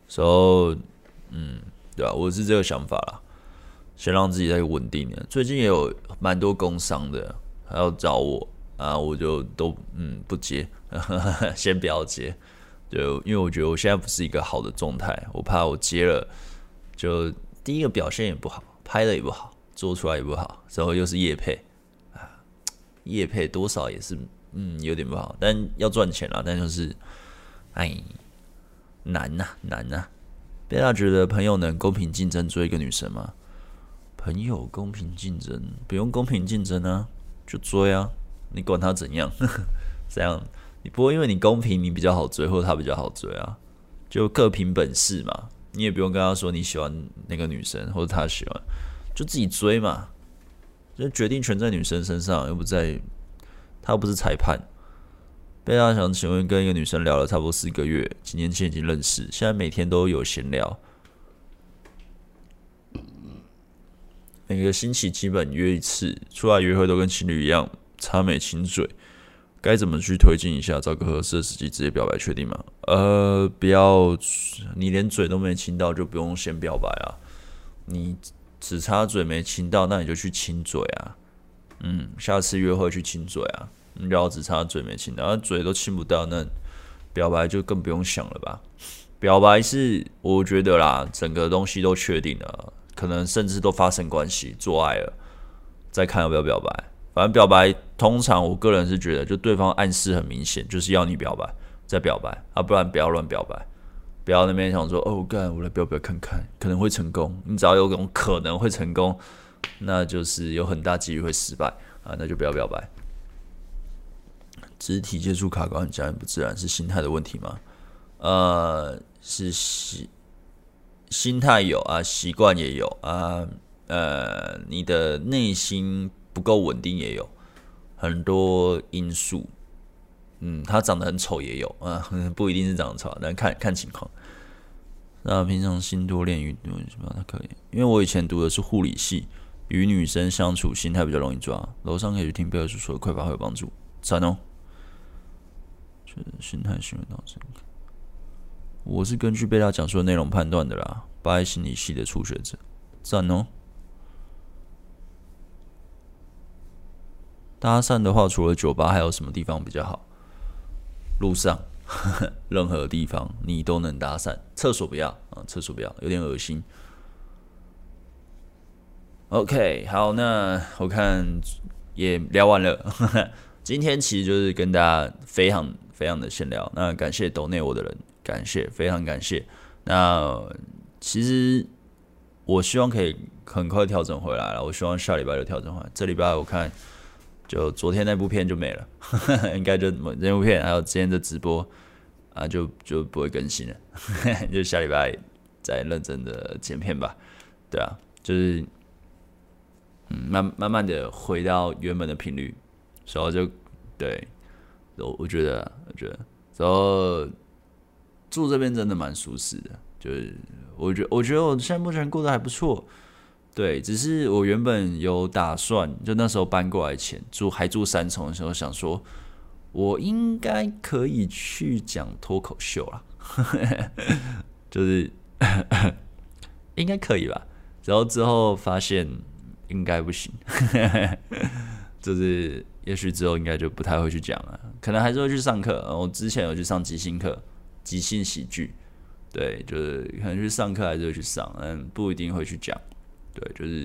对啊，我是这个想法啦，先让自己在稳定的。最近也有蛮多工商的，还要找我我就都不接，先不要接。对，因为我觉得我现在不是一个好的状态，我怕我接了，就第一个表现也不好，拍的也不好，做出来也不好，然后又是业配业配多少也是有点不好，但要赚钱啦，但就是难呐。贝拉觉得朋友能公平竞争追一个女生吗？朋友公平竞争，不用公平竞争啊，就追啊，你管他怎样，这样你不会因为你公平你比较好追，或者他比较好追啊，就各凭本事嘛。你也不用跟他说你喜欢那个女生，或者他喜欢，就自己追嘛。就决定权在女生身上，又不在，他又不是裁判。贝拉想请问，跟一个女生聊了差不多4个月，几年前已经认识，现在每天都有闲聊，每个星期基本约一次，出来约会都跟情侣一样，插美亲嘴，该怎么去推进一下？找个合适的时机直接表白，确定吗？不要，你连嘴都没亲到，就不用先表白啊。你只插嘴没亲到，那你就去亲嘴啊。下次约会去亲嘴啊。你要只插嘴没亲到，嘴都亲不到，那表白就更不用想了吧。表白是我觉得啦，整个东西都确定了，可能甚至都发生关系，做爱了，再看要不要表白。 反正表白通常我个人是觉得，就对方暗示很明显，就是要你表白再表白啊，不然不要乱表白，不要那边想说哦干我来表白看看，可能会成功。你只要有种可能会成功，那就是有很大几率会失败啊，那就不要表白。肢体接触卡关很僵硬不自然，是心态的问题吗？是心态有啊，习惯也有啊，你的内心不够稳定也有，很多因素。他长得很丑也有啊，不一定是长得丑，但看情况。那平常心多练语什么可以？因为我以前读的是护理系，与女生相处心态比较容易抓。楼上可以去听贝尔叔说的匮乏会有帮助，赞哦。心态行为导致。我是根据被他讲述的内容判断的啦，八爱心理系的初学者，赞哦。搭讪的话，除了酒吧，还有什么地方比较好？路上，任何地方你都能搭讪，厕所不要啊，厕所不要，有点恶心。OK， 好，那我看也聊完了。今天其实就是跟大家非常的闲聊。那感谢抖内我的人，感谢，非常感谢。那其实我希望可以很快调整回来了，我希望下礼拜就调整回来。这礼拜我看就昨天那部片就没了，应该就那部片还有之前的直播啊，就不会更新了，就下礼拜再认真的剪片吧。对啊，就是慢慢的回到原本的频率，然后就对，我觉得，然后住这边真的蛮舒适的，就是我觉得我现在目前过得还不错。对，只是我原本有打算，就那时候搬过来前还住三重的时候，想说我应该可以去讲脱口秀啦，就是应该可以吧。然后之后发现应该不行，就是也许之后应该就不太会去讲了，可能还是会去上课。我之前有去上即兴课，即兴喜剧，对，就是可能去上课还是会去上，不一定会去讲。对，就是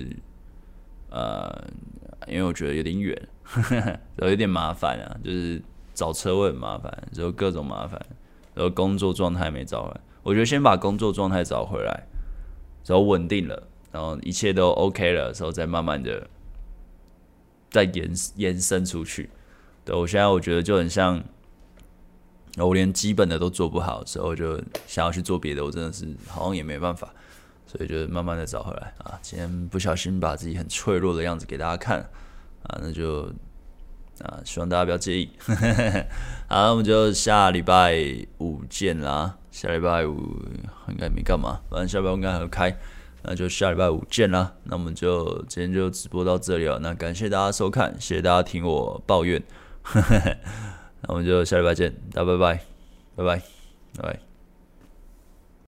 因为我觉得有点远，有点麻烦啊，就是找车位很麻烦，然后各种麻烦，然后工作状态没找回来。我觉得先把工作状态找回来，然后稳定了，然后一切都 OK 了的时候，再慢慢的再延伸出去。对，我现在我觉得就很像，我连基本的都做不好的时候，就想要去做别的，我真的是好像也没办法。所以就慢慢的找回来啊！今天不小心把自己很脆弱的样子给大家看啊，那就希望大家不要介意。好，那我们就下礼拜五见啦。下礼拜五应该没干嘛，反正下礼拜五应该还有开，那就下礼拜五见啦。那我们就今天就直播到这里了。那感谢大家收看，谢谢大家听我抱怨。那我们就下礼拜见，大家拜拜，拜拜，拜拜。